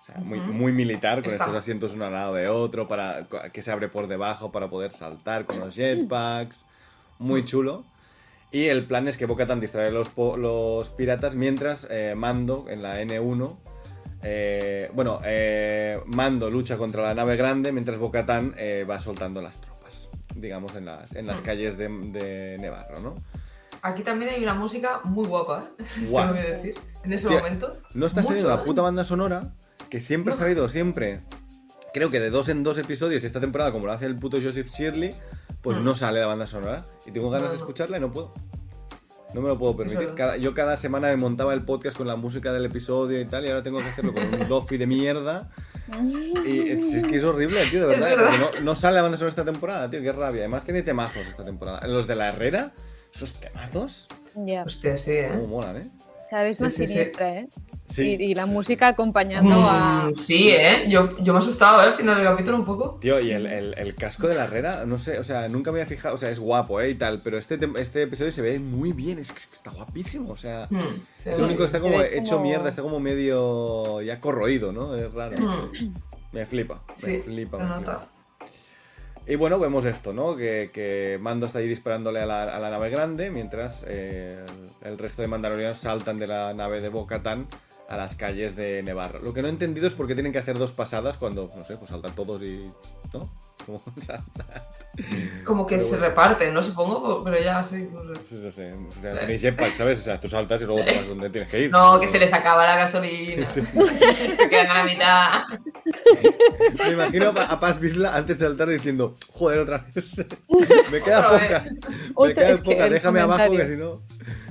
sea, muy, muy militar, con Está. estos asientos uno al lado de otro, para que se abre por debajo para poder saltar con los jetpacks. Muy chulo. Y el plan es que Bo-Katan distrae a los, po- los piratas mientras eh, Mando, en la ene uno, eh, bueno, eh, Mando lucha contra la nave grande mientras Bo-Katan eh, va soltando las tropas, digamos, en las, en las calles de, de Nevarro, ¿no? Aquí también hay una música muy guapa, ¿eh? Guau. Tengo que decir. En ese Hostia, momento. No está Mucho, saliendo la ¿eh? puta banda sonora, que siempre ha No. salido, siempre, creo que de dos en dos episodios, y esta temporada, como lo hace el puto Joseph Shirley, pues Mm. no sale la banda sonora. Y tengo ganas No, de no. escucharla y no puedo. No me lo puedo permitir. verdad. Cada- yo cada semana me montaba el podcast con la música del episodio y tal, y ahora tengo que hacerlo con un lofi de mierda. Y es, es que es horrible, tío, de verdad. Es verdad. porque no, no sale la banda sonora esta temporada, tío, qué rabia. Además tiene temazos esta temporada. Los de la Herrera, esos temazos, Ya, Hostia, sí, ¿eh? cómo molan, ¿eh? cada vez más Sí, sí, sí. siniestra, ¿eh? Sí. Y, y la música acompañando a... Mm, sí, ¿eh? Yo, yo me he asustado, ¿eh? Al final del capítulo un poco. Tío, y el, el- el casco de la Herrera, no sé, o sea, nunca me había fijado, o sea, es guapo, ¿eh? Y tal, pero este, tem- este episodio se ve muy bien, es que, es que está guapísimo, o sea, Mm, es sí, lo único que se está como ve hecho como- mierda, está como medio ya corroído, ¿no? Es raro. Mm, Me flipa, me sí, flipa. se me nota. flipa. Y bueno, vemos esto, ¿no? Que, que Mando está ahí disparándole a la, a la nave grande, mientras eh, el, el resto de mandalorianos saltan de la nave de Bo-Katan a las calles de Nevarro. Lo que no he entendido es por qué tienen que hacer dos pasadas cuando, no sé, pues saltan todos y... ¿no? Como saltan. Como que Pero se bueno. reparten, no supongo, pero ya sí. no sé. No sé, no sé, o sea, tenéis jetpack, ¿sabes? O sea, tú saltas y luego te vas donde tienes que ir. No, que se les acaba la gasolina. Sí. Se quedan a la mitad. Me imagino a, a Paz Vizla antes de saltar diciendo, joder, otra vez. Me queda Otra poca. vez. Me Otra- queda es que poca, el déjame abajo comentario. que si no...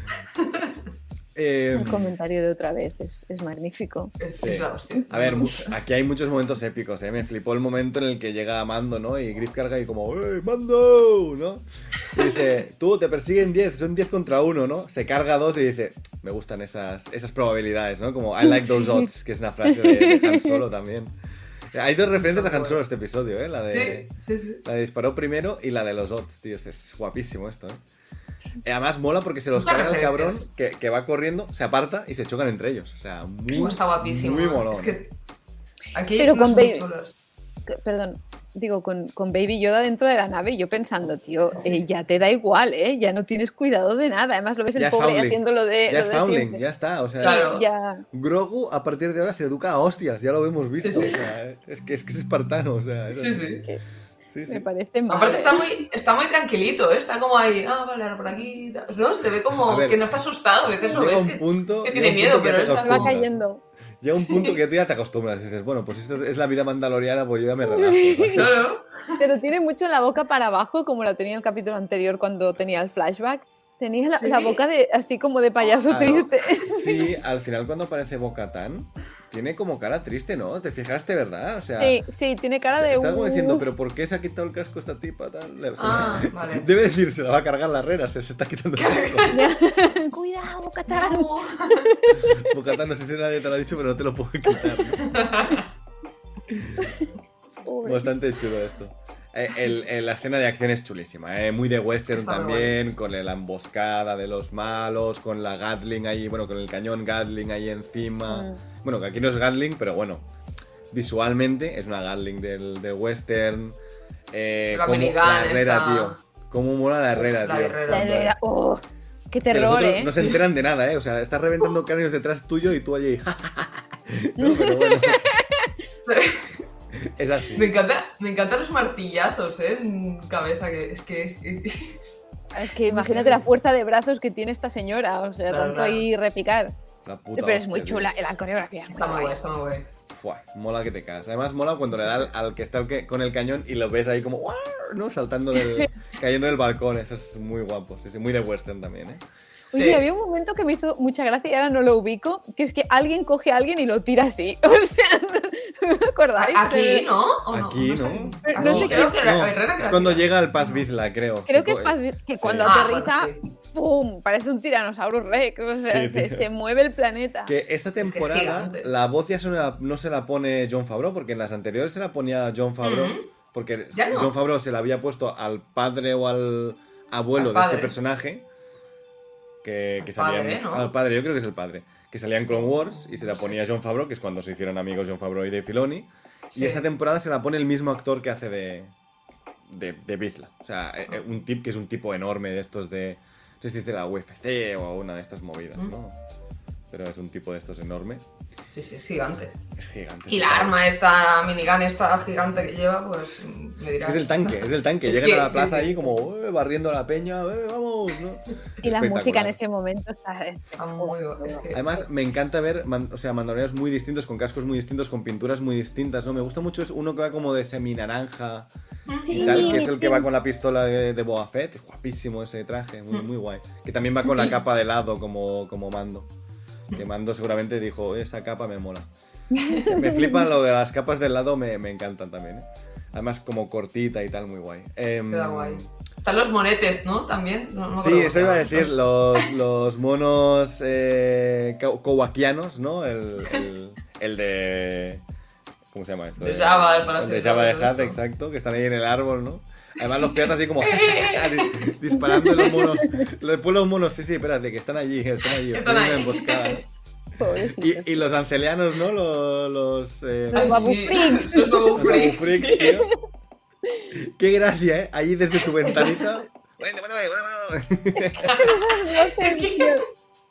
Eh, El comentario de otra vez es, es magnífico. Es, Sí. es la hostia. a ver, mu- aquí hay muchos momentos épicos, ¿eh? Me flipó el momento en el que llega Mando, ¿no? Y Griff carga y como, ¡eh, Mando! ¿No? Y dice, tú, te persiguen diez, son diez contra uno, ¿no? Se carga dos y dice, me gustan esas, esas probabilidades, ¿no? Como, I like those odds, que es una frase de, de Han Solo también. Hay dos referencias a Han Solo en este episodio, ¿eh? La de, Sí, sí, sí. la de disparó primero y la de los odds, tío. Es guapísimo esto, ¿eh? Y además mola porque se los Muchas carga el cabrón referencias. que, que va corriendo, se aparta y se chocan entre ellos. O sea, muy, Como está guapísimo. muy ¿eh? molón. Es que aquí hay Pero escenas con muy Baby- chulas. Que- Perdón, digo, con, con Baby Yoda dentro de la nave, y yo pensando, tío, eh, ya te da igual, ¿eh? Ya no tienes cuidado de nada. Además lo ves Ya el es pobre Foundling. haciendo lo de... Ya lo es de Foundling, siempre. ya está. O sea, Claro. Ya... Grogu a partir de ahora se educa a hostias, ya lo hemos visto. Sí, sí. O sea, es que es que es espartano, o sea. es Sí, así. sí. que Sí, sí. me parece mal. Aparte ¿eh? está muy, está muy tranquilito, ¿eh? Está como ahí, ah, vale, ahora por aquí. tal. No, se le ve A como ver, que no está asustado. A veces lo Llega ves un que, punto. que llega tiene un miedo, punto que pero ya él te está Se va acostumbras. cayendo. Llega un punto que tú ya te acostumbras y dices, bueno, pues esto es la vida mandaloriana, pues yo ya me relajo. ¿sabes? Claro. Pero tiene mucho la boca para abajo, como la tenía en el capítulo anterior cuando tenía el flashback. Tenía la, Sí. la boca de así como de payaso Claro. triste. Sí, al final cuando aparece Bo-Katan, tiene como cara triste, ¿no? ¿Te fijaste, verdad? O sea, Sí, sí, tiene cara de... está como diciendo, "Uf". pero ¿por qué se ha quitado el casco esta tipa? Tal? Le- se Ah, la- vale. Debe decir, se la va a cargar la Herrera, se, se está quitando el casco. Cuidado, Catán. Bo-Katan, no sé si nadie te lo ha dicho, pero no te lo puedo quitar. Pobre. Bastante chulo esto. Eh, el- el- la escena de acción es chulísima, eh, muy de western Está muy también, con la emboscada de los malos, con la Gatling ahí, bueno, con el cañón Gatling ahí encima. Mm. Bueno, que aquí no es Gatling, pero bueno, visualmente es una Gatling del, del western. Eh, La cómo- minigun la Herrera, está- tío. Cómo mola la Herrera, la tío. Herrera. La Herrera, oh, qué Que los terror, otros ¿eh? no se enteran de nada, ¿eh? O sea, estás reventando cráneos detrás tuyo y tú allí. No, pero bueno. Es así. Me encanta, me encantan los martillazos, ¿eh? En cabeza, que es que. Es que imagínate la fuerza de brazos que tiene esta señora, o sea, Claro, tanto claro. ahí repicar. La puta Pero es muy hostia, chula, tío. la coreografía es muy Está muy guay. guay, está muy guay. Fua, mola que te cagas. Además mola cuando Sí, le sí, da sí. al, al que está el que- con el cañón y lo ves ahí como ¡guau! ¿No? Saltando del, cayendo del balcón. Eso es muy guapo. Sí, sí, muy de western también, ¿eh? Oye, Sí. había un momento que me hizo mucha gracia y ahora no lo ubico, que es que alguien coge a alguien y lo tira así. O sea, ¿no, no me acordáis? Aquí, ¿no? ¿O no? Aquí, sé. ¿no? Pero Aquí no sé creo qué- que No, era Herrera que es la cuando tira. llega al Paz Vizla, creo. Creo que es co- Paz Viz- que cuando Ah, aterriza, bueno, sí. ¡pum! Parece un Tyrannosaurus Rex. O sea, Sí, se, tío. se mueve el planeta. Que esta que es temporada gigante. la voz ya se la- no se la pone Jon Favreau, porque en las anteriores se la ponía Jon Favreau, Ujú. porque Ya no. Jon Favreau se la había puesto al padre o al abuelo Al de este padre. personaje. que, que El salían... padre, ¿no? Al padre, yo creo que es el padre. Que salía en Clone Wars y se la ponía Jon Favreau, que es cuando se hicieron amigos Jon Favreau y Dave Filoni. Sí. Y esta temporada se la pone el mismo actor que hace de... de, de Vizsla. O sea, eh, un tip que es un tipo enorme de estos de... No sé si es de la U F C o una de estas movidas, ¿no? Pero es un tipo de estos enorme. Sí, sí, es gigante. Es gigante. Y la arma esta, la minigun esta gigante que lleva, pues me dirás. Es el tanque, es el tanque. Es Llegan que, a la sí, plaza sí. ahí como eh, barriendo la peña, eh, vamos, ¿no? Y la música en Espectacular. ese momento está... Está muy... Es que... Además, me encanta ver, man- o sea, mandalorianos muy distintos, con cascos muy distintos, con pinturas muy distintas, ¿no? Me gusta mucho es uno que va como de seminaranja y Sí, tal, que es el que sí. va con la pistola de, de Boba Fett. Es guapísimo ese traje, muy, muy guay. Que también va con la capa de lado como, como Mando. Que Mando seguramente dijo, esa capa me mola. Me flipan lo de las capas del lado, me, me encantan también, ¿eh? Además, como cortita y tal, muy guay. Em, Queda guay. Están los monetes, ¿no? También. No, no me Sí, acuerdo eso cómo iba a se llaman. decir, los, los monos eh, ko- kowakianos, ¿no? El, el, el de... ¿Cómo se llama esto? De Jabba, el palacio El de de Jabba Jabba, de todo Hutt, esto. exacto, que están ahí en el árbol, ¿no? Además los piratas así como dis- disparando en los monos. Después los monos, sí, sí, espérate, que están allí, están allí, Están están en una ahí. emboscada. Pobrecito. Y, y los ancelianos, ¿no? Los... los eh, Ay, Babu sí. Freaks. Los Babu los Babu Freaks, Freaks, sí. tío. Qué gracia, ¿eh? Allí desde su ventanita. Bueno, bueno, bueno, bueno.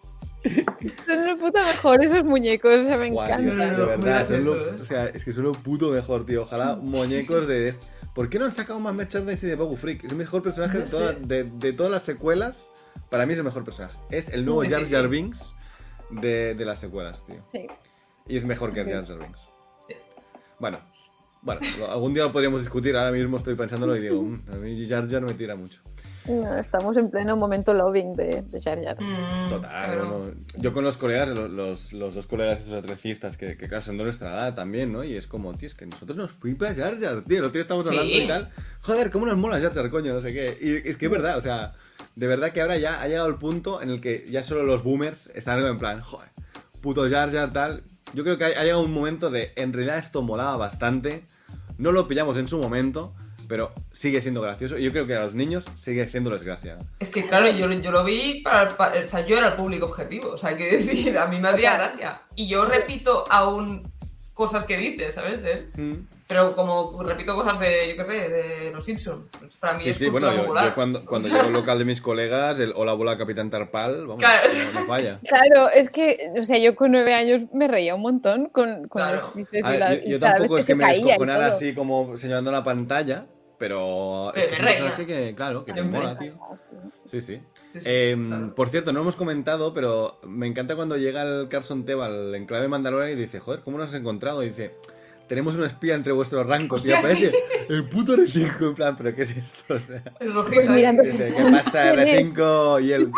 Son lo puto mejor esos muñecos, o sea, me Guau, tío, encantan. de Muy verdad, son lo, gracioso, ¿eh? o sea, es que son lo puto mejor, tío. Ojalá muñecos de... est- ¿Por qué no han sacado más merchandising de Babu Freak? Es el mejor personaje No de, toda- sé. de, de todas las secuelas. Para mí es el mejor personaje. Es el nuevo Sí, sí, Jar sí. Jar Binks de, de las secuelas, tío. Sí. Y es mejor que Ok. Jar Jar Binks. Sí. Bueno, bueno, lo- algún día lo podríamos discutir. Ahora mismo estoy pensándolo y digo, "Mm, a mí Jar Jar me tira mucho". No, estamos en pleno momento loving de, de Jar Jar. Mm, Total, claro. bueno, yo con los colegas, los, los, los dos colegas estos atletistas que, que claro, son de nuestra edad también, ¿no? Y es como, tío, es que nosotros nos flipa Jar Jar, tío. El otro día estamos hablando Sí. y tal. Joder, ¿cómo nos mola Jar Jar, coño? No sé qué. Y es que es verdad, o sea, de verdad que ahora ya ha llegado el punto en el que ya solo los boomers están en plan, joder, puto Jar Jar, tal. Yo creo que ha, ha llegado un momento de, en realidad esto molaba bastante. No lo pillamos en su momento, pero sigue siendo gracioso. Y yo creo que a los niños sigue haciéndoles gracia. Es que claro, yo, yo lo vi para, el pa- o sea, yo era el público objetivo, o sea, hay que decir, a mí me hacía gracia. Y yo repito aún cosas que dices, ¿sabes? ¿Eh? Mm. Pero como repito cosas de, yo qué sé, de Los Simpsons. Para mí Sí, es sí, cultura bueno, yo, popular. yo cuando, cuando llego al local de mis colegas, el hola, bola, Capitán Tarpal, vamos, Claro. no, no falla. Claro, es que, o sea, yo con nueve años me reía un montón con, con Claro. los chistes A y, ver, la, yo, y yo cada tampoco vez es que se me caía y descojonara todo. así como señalando la pantalla, pero es, Pero que es me un reía. personaje que, claro, que te Siempre. mola, tío. Sí, sí. Sí, sí, Eh, claro. Por cierto, no hemos comentado, pero me encanta cuando llega el Carson Teva al enclave Mandalorian y dice, joder, ¿cómo nos has encontrado? Y dice, tenemos un espía entre vuestros rangos, tío. Hostia, Aparece sí. el puto R cinco, en plan, ¿pero qué es esto? O sea, El rojito Pues mira, ahí. no- dice, ¿qué pasa, R cinco? Y él...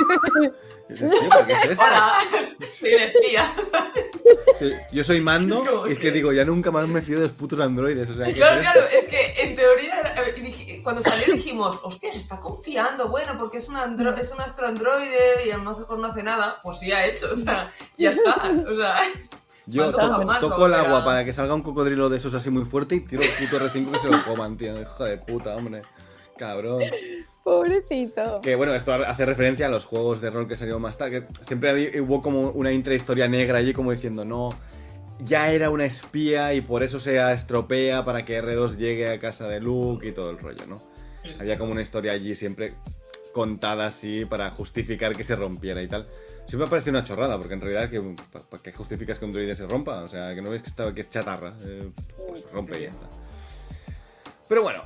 Y dices, tío, ¿pero qué es esto? Hola, soy un espía. Sí, yo soy Mando Es como y es que que- digo, ya nunca más me fío de los putos androides. O sea, ¿qué Claro, es esto? claro, es que en teoría, era- eh, dije- cuando salió dijimos, hostia, se está confiando, bueno, porque es un, andro es un astroandroide y a lo mejor no hace nada. Pues sí ha hecho, o sea, ya está. O sea, Yo ¿cuánto toco, jamás toco lo el agua hubiera- para que salga un cocodrilo de esos así muy fuerte y tiro el puto R cinco que se lo coman, tío. Hijo de puta, hombre. Cabrón. Pobrecito. Que bueno, esto hace referencia a los juegos de rol que salieron más tarde. Que siempre había- hubo como una intrahistoria negra allí, como diciendo, no, ya era una espía y por eso se estropea para que R dos llegue a casa de Luke y todo el rollo, ¿no? Sí. Había como una historia allí siempre contada así para justificar que se rompiera y tal. Siempre me parece una chorrada, porque en realidad, que, ¿para qué justificas que un droide se rompa? O sea, que no ves que, está, que es chatarra. Eh, pues se rompe Sí, y sí. ya está. Pero bueno,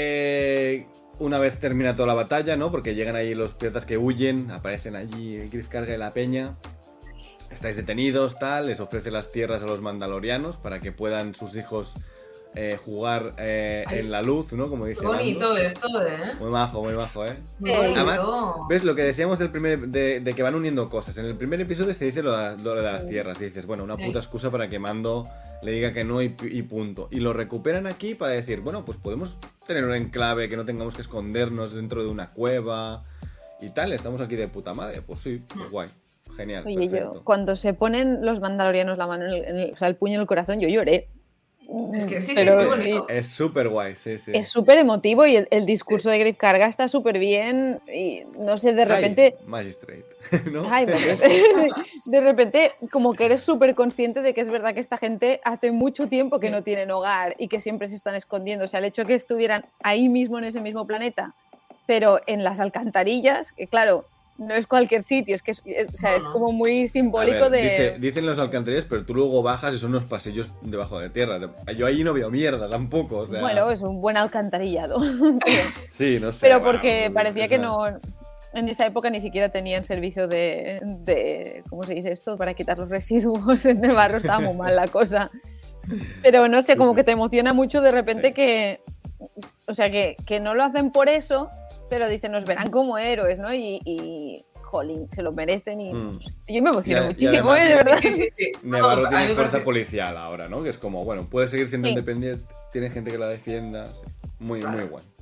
eh, una vez termina toda la batalla, ¿no? Porque llegan ahí los piratas que huyen, aparecen allí Griff Karga y la peña. Estáis detenidos, tal, les ofrece las tierras a los mandalorianos para que puedan sus hijos eh, jugar eh, Ay. en la luz, ¿no? Como dice Qué bonito Mando. esto, ¿eh? Muy majo, muy majo, ¿eh? Muy Eh, bonito. Además, ¿ves lo que decíamos del primer, de, de que van uniendo cosas? En el primer episodio se dice lo de, lo de las tierras y dices, bueno, una puta excusa para que Mando le diga que no y, y punto. Y lo recuperan aquí para decir, bueno, pues podemos tener un enclave que no tengamos que escondernos dentro de una cueva y tal, estamos aquí de puta madre. Pues sí, pues guay, genial, Oye, perfecto. yo, cuando se ponen los mandalorianos la mano en el, en el- o sea, el puño en el corazón, yo lloré. Es que sí, sí, Pero es muy bonito. Es súper guay, sí, sí. Es súper emotivo y el, el discurso de Griff Karga está súper bien y no sé, de High repente... Magistrate. ¿no? Ay, de repente, como que eres súper consciente de que es verdad que esta gente hace mucho tiempo que no tienen hogar y que siempre se están escondiendo. O sea, el hecho de que estuvieran ahí mismo, en ese mismo planeta, pero en las alcantarillas, que claro, no es cualquier sitio, es que es, es, o sea, no, no. es como muy simbólico ver, de... Dice, dicen las alcantarillas, pero tú luego bajas y son unos pasillos debajo de tierra. Yo ahí no veo mierda tampoco, o sea... Bueno, es un buen alcantarillado. pero, sí, no sé. Pero porque bueno, parecía o sea... que no... En esa época ni siquiera tenían servicio de, de... ¿Cómo se dice esto? Para quitar los residuos en el barro, estaba muy mal la cosa. Pero no sé, como que te emociona mucho de repente sí. que... O sea, que, que no lo hacen por eso, pero dicen, nos verán como héroes, ¿no? Y... y jolín, se lo merecen y mm. yo me emociono ya, muchísimo, además, ¿eh? De verdad. Sí, sí, sí. Nevarro no, tiene fuerza parece... policial ahora, ¿no? Que es como, bueno, puede seguir siendo sí. independiente, tiene gente que la defienda, sí. muy, claro. muy bueno.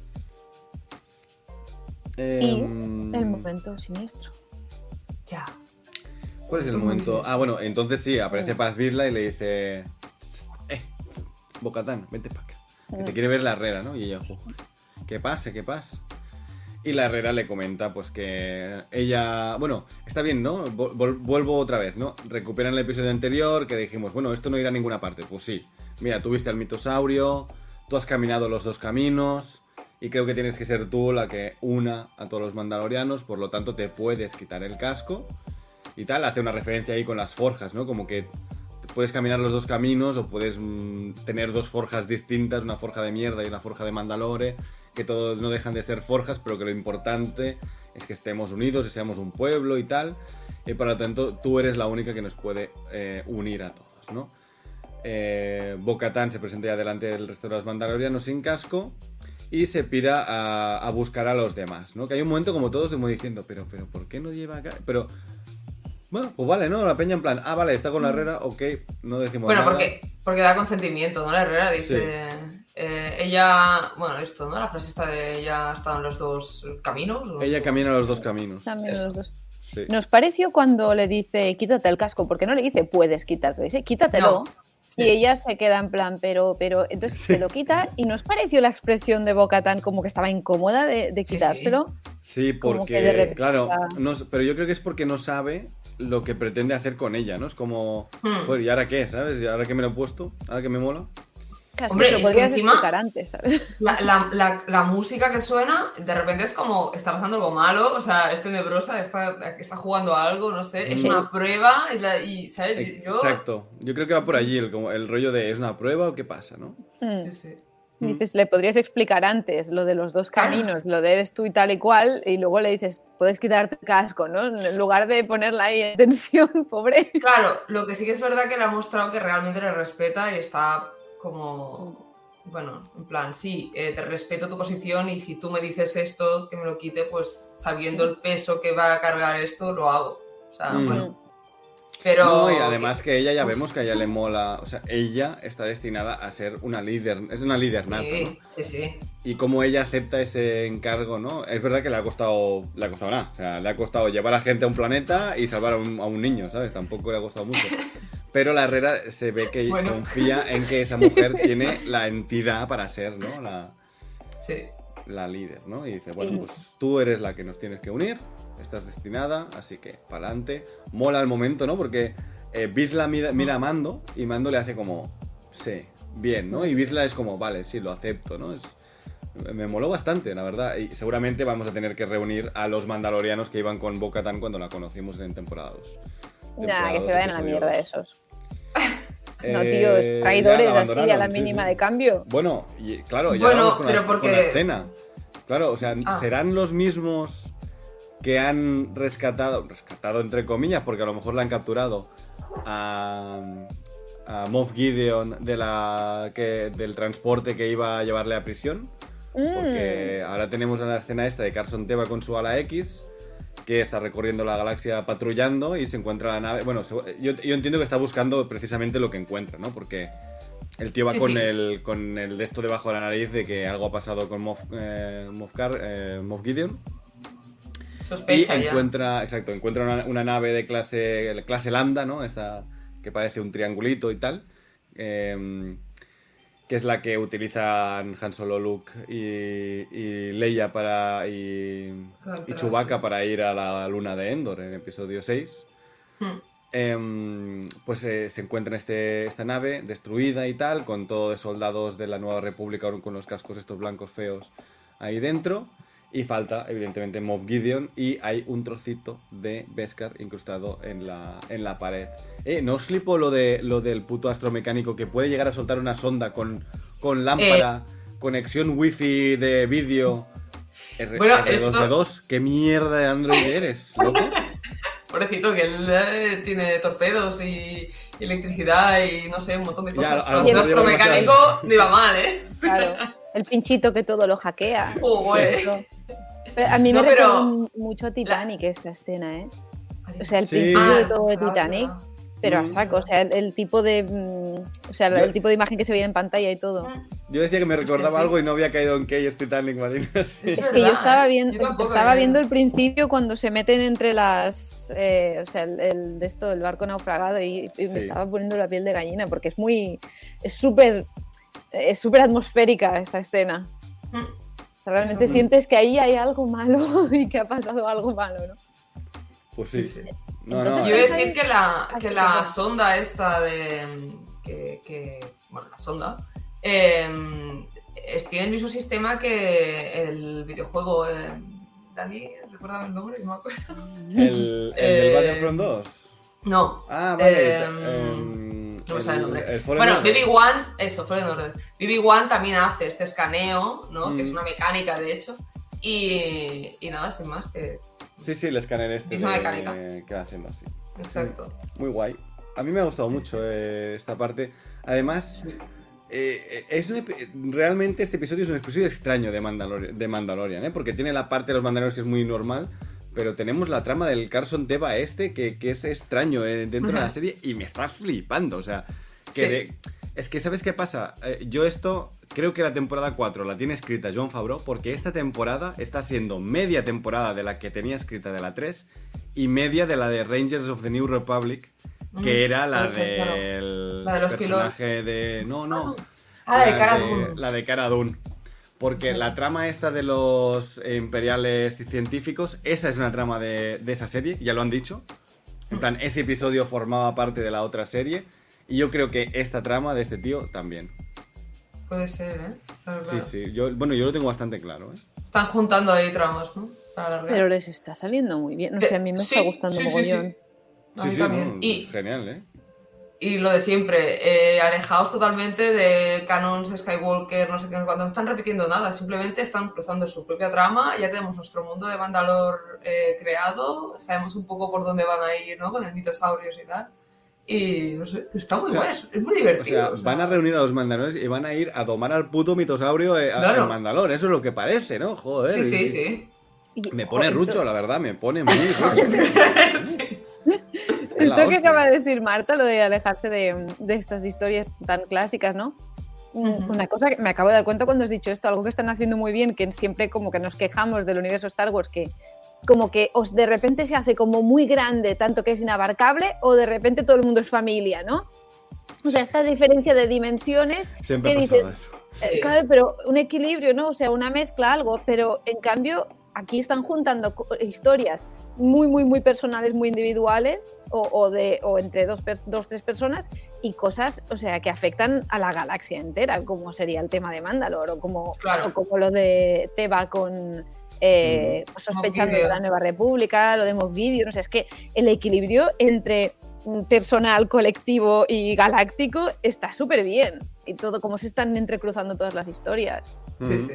Y eh, el momento siniestro. Ya. ¿Cuál es el momento? Ah, bueno, entonces sí, aparece Paz Vizsla y le dice, eh, Bo-Katan, vente para acá, que te quiere ver la Herrera, ¿no? Y ella, ¿qué pasa? ¿Qué pasa? Y la Herrera le comenta pues que ella... Bueno, está bien, ¿no? Vol- vuelvo otra vez, ¿no? Recuperan el episodio anterior que dijimos, bueno, esto no irá a ninguna parte. Pues sí. Mira, tú viste al mitosaurio, tú has caminado los dos caminos y creo que tienes que ser tú la que una a todos los mandalorianos, por lo tanto te puedes quitar el casco y tal. Hace una referencia ahí con las forjas, ¿no? Como que puedes caminar los dos caminos o puedes mmm, tener dos forjas distintas, una forja de mierda y una forja de Mandalore, que todos no dejan de ser forjas, pero que lo importante es que estemos unidos y seamos un pueblo y tal, y por lo tanto tú eres la única que nos puede eh, unir a todos, ¿no? Eh, Bo-Katan se presenta ya delante del resto de los mandalorianos sin casco y se pira a, a buscar a los demás, ¿no? Que hay un momento como todos como diciendo, pero, pero, ¿por qué no lleva acá? Pero, bueno, pues vale, ¿no? La peña en plan, ah, vale, está con la Herrera, ok, no decimos bueno, nada. Bueno, porque, porque da consentimiento, ¿no? La Herrera dice... Sí. Eh, ella, bueno, esto, ¿no? La frase esta de ella está en los dos caminos. Ella camina los dos caminos. También los dos. Sí. Nos pareció cuando le dice, quítate el casco, porque no le dice, puedes quitártelo, dice, quítatelo. No. Sí. Y ella se queda en plan, pero, pero, entonces sí. se lo quita y nos pareció la expresión de Bo-Katan como que estaba incómoda de, de quitárselo. Sí, sí porque, repente, claro, no, pero yo creo que es porque no sabe lo que pretende hacer con ella, ¿no? Es como, hmm. joder, ¿y ahora qué? ¿Sabes? ¿Y ahora que me lo he puesto? ¿Ahora que me mola? Casi Hombre, que lo podrías explicar antes, ¿sabes? La, la, la, la música que suena, de repente es como, está pasando algo malo, o sea, es tenebrosa, está, está jugando a algo, no sé, es sí. una prueba y, la, y ¿sabes? Yo... Exacto, yo creo que va por allí el, como el rollo de, ¿es una prueba o qué pasa, no? Mm. Sí, sí. Dices, le podrías explicar antes lo de los dos caminos, lo de eres tú y tal y cual, y luego le dices, puedes quitarte el casco, ¿no? En lugar de ponerla ahí en tensión, pobre. Claro, lo que sí que es verdad que le ha mostrado que realmente le respeta y está... como, bueno, en plan, sí, eh, te respeto tu posición y si tú me dices esto, que me lo quite, pues sabiendo el peso que va a cargar esto, lo hago. O sea, mm. bueno. Pero... No, y además que, que ella ya Uf. vemos que a ella le mola, o sea, ella está destinada a ser una líder, es una líder nata, sí, ¿no? Sí, sí. Y como ella acepta ese encargo, ¿no? Es verdad que le ha costado, le ha costado nada, o sea, le ha costado llevar a gente a un planeta y salvar a un, a un niño, ¿sabes? Tampoco le ha costado mucho. Pero la Herrera se ve que bueno. confía en que esa mujer tiene la entidad para ser, ¿no? La, sí. la líder, ¿no? Y dice, bueno, pues tú eres la que nos tienes que unir, estás destinada, así que pa'lante. Mola el momento, ¿no? Porque eh, Vizsla mira, mira a Mando y Mando le hace como, sí, bien, ¿no? Y Vizsla es como, vale, sí, lo acepto, ¿no? Es, me moló bastante, la verdad. Y seguramente vamos a tener que reunir a los mandalorianos que iban con Bo-Katan cuando la conocimos en temporada dos. Nah, que se vayan a la mierda esos. No, tíos, traidores eh, así a la mínima sí, sí. de cambio. Bueno, y, claro, ya bueno, vamos con, pero la, porque... con la escena. Claro, o sea, ah. ¿serán los mismos que han rescatado, rescatado entre comillas, porque a lo mejor la han capturado a, a Moff Gideon de la, que, del transporte que iba a llevarle a prisión? Mm. Porque ahora tenemos la escena esta de Carson Teva con su ala X, que está recorriendo la galaxia patrullando y se encuentra la nave. Bueno, yo, yo entiendo que está buscando precisamente lo que encuentra, ¿no? Porque el tío va sí, con, sí. El, con el de esto debajo de la nariz de que algo ha pasado con Moff, eh, Moff, Car, eh, Moff Gideon. Sospecha y encuentra, ya. Exacto, encuentra una, una nave de clase, clase Lambda, ¿no? Esta que parece un triangulito y tal. Eh, que es la que utilizan Han Solo, Luke y, y Leia para y, y Chewbacca para ir a la luna de Endor en episodio seis. Hmm. Eh, pues eh, se encuentra este, esta nave destruida y tal, con todo de soldados de la Nueva República con los cascos estos blancos feos ahí dentro. Y falta, evidentemente, Moff Gideon. Y hay un trocito de Beskar incrustado en la, en la pared. Eh, ¿no os flipó lo, de, lo del puto astromecánico que puede llegar a soltar una sonda con, con lámpara, eh. conexión wifi de vídeo? R- bueno, R dos D dos. esto... ¿Qué mierda de Android eres, loco? Pobrecito, que él eh, tiene torpedos y, y electricidad y no sé, un montón de cosas. Ya, pero el astromecánico no iba mal, ¿eh? Claro, el pinchito que todo lo hackea. Oh, güey. Pero a mí me no, recuerda pero... mucho a Titanic la... esta escena, ¿eh? O sea, el sí. principio ah, de todo de claro, Titanic, claro. pero a Mm. saco, o sea, el, el tipo de mm, o sea, el, Yo... el tipo de imagen que se veía en pantalla y todo. Yo decía que me recordaba Hostia, sí. algo y no había caído en que es Titanic, Marina. Sí. Es, Es que yo verdad, estaba ¿eh? viendo, Yo tampoco, estaba ¿eh? viendo el principio cuando se meten entre las, eh, o sea, el, el de esto, el barco naufragado y, y Sí. me estaba poniendo la piel de gallina porque es muy, es súper, es súper atmosférica esa escena. Mm. O sea, realmente Mm. sientes que ahí hay algo malo y que ha pasado algo malo, ¿no? Pues sí. Sí, sí. No, Entonces, no. Yo eh, iba a decir que la, Ah, que qué la perdón. sonda esta de... Que, que, bueno, la sonda... Eh, es- tiene el mismo sistema que el videojuego... Eh, Dani, recuérdame el nombre, no me acuerdo. El, el del Eh, Battlefront dos. No. Ah, vale. eh, em, no me sale el nombre. el Fallen Bueno, Order. B B One, eso, Fallen Order. B B One también hace este escaneo, ¿no? Mm. Que es una mecánica, de hecho. Y, y nada, sin más, que... Sí, sí, el escáner este Misma de- mecánica. que va haciendo así. Exacto. Muy guay. A mí me ha gustado Sí, mucho sí. eh, esta parte. Además, Sí. eh, es un epi- realmente este episodio es un episodio extraño de, Mandalor- de Mandalorian, ¿eh? Porque tiene la parte de los Mandalorianos que es muy normal, pero tenemos la trama del Carson Teva este que, que es extraño eh, dentro de la serie y me está flipando. O sea, que Sí. de- es que ¿sabes qué pasa? Eh, yo esto creo que la temporada cuatro la tiene escrita Jon Favreau porque esta temporada está siendo media temporada de la que tenía escrita de la tres y media de la de Rangers of the New Republic, que Mm, era la puede ser, claro. del La de los personaje de... No, no. Ah, la de Cara Dune. La de Cara Dune. Porque Sí. la trama esta de los imperiales y científicos, esa es una trama de, de esa serie, ya lo han dicho. En plan, ese episodio formaba parte de la otra serie. Y yo creo que esta trama de este tío también. Puede ser, ¿eh? Claro, Sí, claro. sí. Yo, bueno, yo lo tengo bastante claro, ¿eh? Están juntando ahí tramas, ¿no? Para alargar. Pero les está saliendo muy bien, no sé, a mí me Sí, está gustando sí, sí, mogollón. sí. A Sí, mí sí, también. no, Y, genial, ¿eh? y lo de siempre, eh, alejados totalmente de canons Skywalker, no sé qué, cuando no están repitiendo nada, simplemente están cruzando su propia trama, ya tenemos nuestro mundo de Mandalor eh, creado, sabemos un poco por dónde van a ir, ¿no? Con el mitosaurios y tal. Y no sé, está muy O sea, guay, es, es muy O divertido. sea, o sea. van a reunir a los mandalores y van a ir a domar al puto mitosaurio eh, a, Claro. en Mandalor. Eso es lo que parece, ¿no? Joder. Sí, sí, y- sí. Y, Me pone jo, rucho, esto- la verdad, me pone muy rucho. Sí. Es la Esto que hostia. acaba de decir Marta, lo de alejarse de, de estas historias tan clásicas, ¿no? Mm, Ujú. Una cosa que me acabo de dar cuenta cuando has dicho esto, algo que están haciendo muy bien, que siempre como que nos quejamos del universo Star Wars, que como que os de repente se hace como muy grande, tanto que es inabarcable, o de repente todo el mundo es familia, ¿no? O sea, esta diferencia de dimensiones Siempre que ha pasado dices, eso. eh, Sí. claro, pero un equilibrio, ¿no? O sea, una mezcla, algo, pero en cambio aquí están juntando co- historias muy, muy, muy personales, muy individuales, o, o de, o entre dos, per- dos, tres personas, y cosas, o sea, que afectan a la galaxia entera, como sería el tema de Mandalor, o como, Claro. o como lo de Teva con... eh, pues sospechando de la Nueva República, lo de Moff Gideon, o sea, es que el equilibrio entre mm, personal, colectivo y galáctico está súper bien, y todo, como se están entrecruzando todas las historias. Sí, Ujú. sí.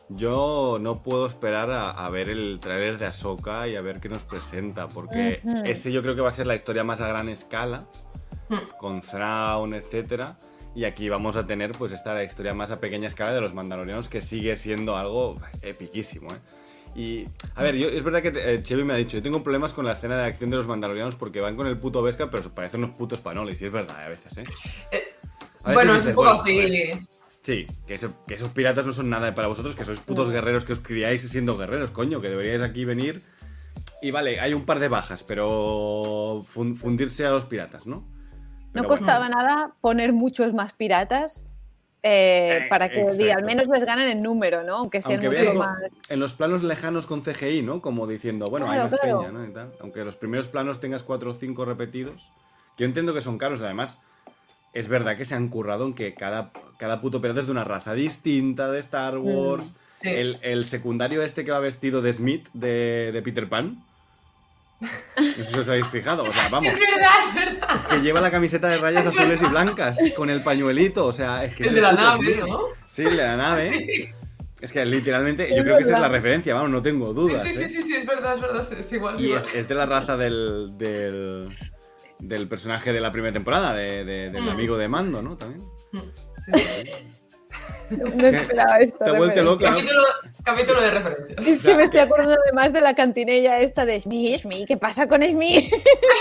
Yo no puedo esperar a, a ver el tráiler de Ahsoka y a ver qué nos presenta, porque Ujú. ese yo creo que va a ser la historia más a gran escala, Hmm. con Thrawn, etcétera. Y aquí vamos a tener pues esta la historia más a pequeña escala de los mandalorianos, que sigue siendo algo epiquísimo, ¿eh? Y, a ver, yo, es verdad que eh, Chevy me ha dicho, yo tengo problemas con la escena de acción de los mandalorianos porque van con el puto Beskar, pero parecen unos putos panoles, y es verdad, a veces, ¿eh? Eh, A veces bueno, es dices, un poco bueno, así. joder, sí, que, eso- que esos piratas no son nada para vosotros, que sois putos guerreros que os criáis siendo guerreros, coño, que deberíais aquí venir. Y vale, hay un par de bajas, pero fun- fundirse a los piratas, ¿no? No Pero costaba nada poner muchos más piratas eh, Eh, para que exacto. diga, al menos les ganen en número, ¿no? Aunque sean Aunque mucho veas como- más... en los planos lejanos con C G I, ¿no? Como diciendo, bueno, Claro, hay más claro. peña, ¿no? Y tal. Aunque los primeros planos tengas cuatro o cinco repetidos. Que yo entiendo que son caros, además. Es verdad que se han currado en que cada, cada puto pirata es de una raza distinta de Star Wars. Sí. El, el secundario este que va vestido de Smith, de, de Peter Pan. No sé si os habéis fijado, o sea, vamos. Es verdad, es verdad. Es que lleva la camiseta de rayas Es azules y verdad. blancas, con el pañuelito, o sea, es que es El de la puto nave, Smith. ¿no? Sí, el de la nave. Es que literalmente, yo Es creo que esa es la verdad. referencia, vamos, no tengo dudas. Sí, sí, ¿eh? sí, sí, es verdad, es verdad, es igual. es Y igual. es, es de la raza del, del, del personaje de la primera temporada, de, de- del Mm. amigo de Mando, ¿no? También. Sí, sí. No esperaba esto. Te ha vuelto loco, ¿no? Capítulo, capítulo de referencias. Es que me estoy acordando además de la cantinella esta de Smee, Smee, ¿qué pasa con Smee?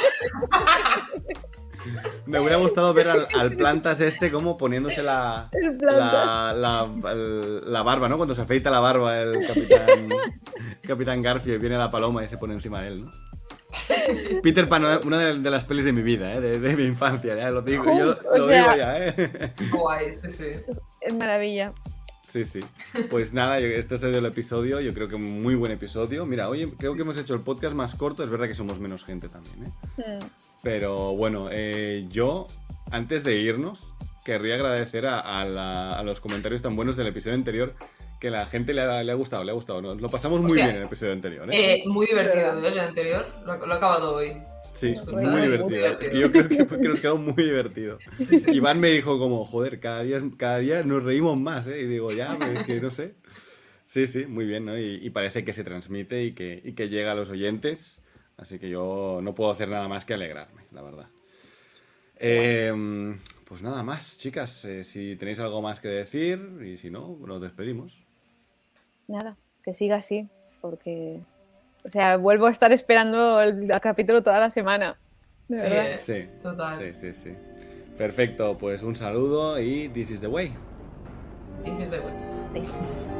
Me hubiera gustado ver al, al Plantas este como poniéndose la, El Plantas. la, la, el- la barba, ¿no? Cuando se afeita la barba el capitán, capitán Garfio y viene la paloma y se pone encima de él, ¿no? Peter Pan, una de, de las pelis de mi vida, ¿eh? de, de mi infancia, ya lo digo, yo lo, O lo sea- digo ya, ¿eh? Guay, sí, sí. Es maravilla. Sí, sí. Pues nada, yo- este ha sido el episodio, yo creo que un muy buen episodio. Mira, oye, creo que hemos hecho el podcast más corto, es verdad que somos menos gente también, ¿eh? Mm. Pero bueno, eh, yo, antes de irnos, querría agradecer a, a la- a los comentarios tan buenos del episodio anterior, que la gente le ha, le ha gustado, le ha gustado. Nos lo pasamos muy Hostia. bien en el episodio anterior, ¿eh? Eh, muy divertido, ¿eh? El anterior lo, lo he acabado hoy. Sí, Escuchar, muy muy divertido. divertido. Es que yo creo que, que nos quedó muy divertido. Iván me dijo como, joder, cada día, cada día nos reímos más, ¿eh? Y digo, ya, pues que no sé. Sí, sí, muy bien, ¿no? Y, y parece que se transmite y que, y que llega a los oyentes. Así que yo no puedo hacer nada más que alegrarme, la verdad. Eh, pues nada más, chicas. Eh, si tenéis algo más que decir y si no, nos despedimos. Nada, que siga así, porque... O sea, vuelvo a estar esperando el, el capítulo toda la semana. De Sí, verdad. eh. Sí, Total. sí, sí, sí. Perfecto, pues un saludo y this is the way. Y sí, da igual. Ahí sí está.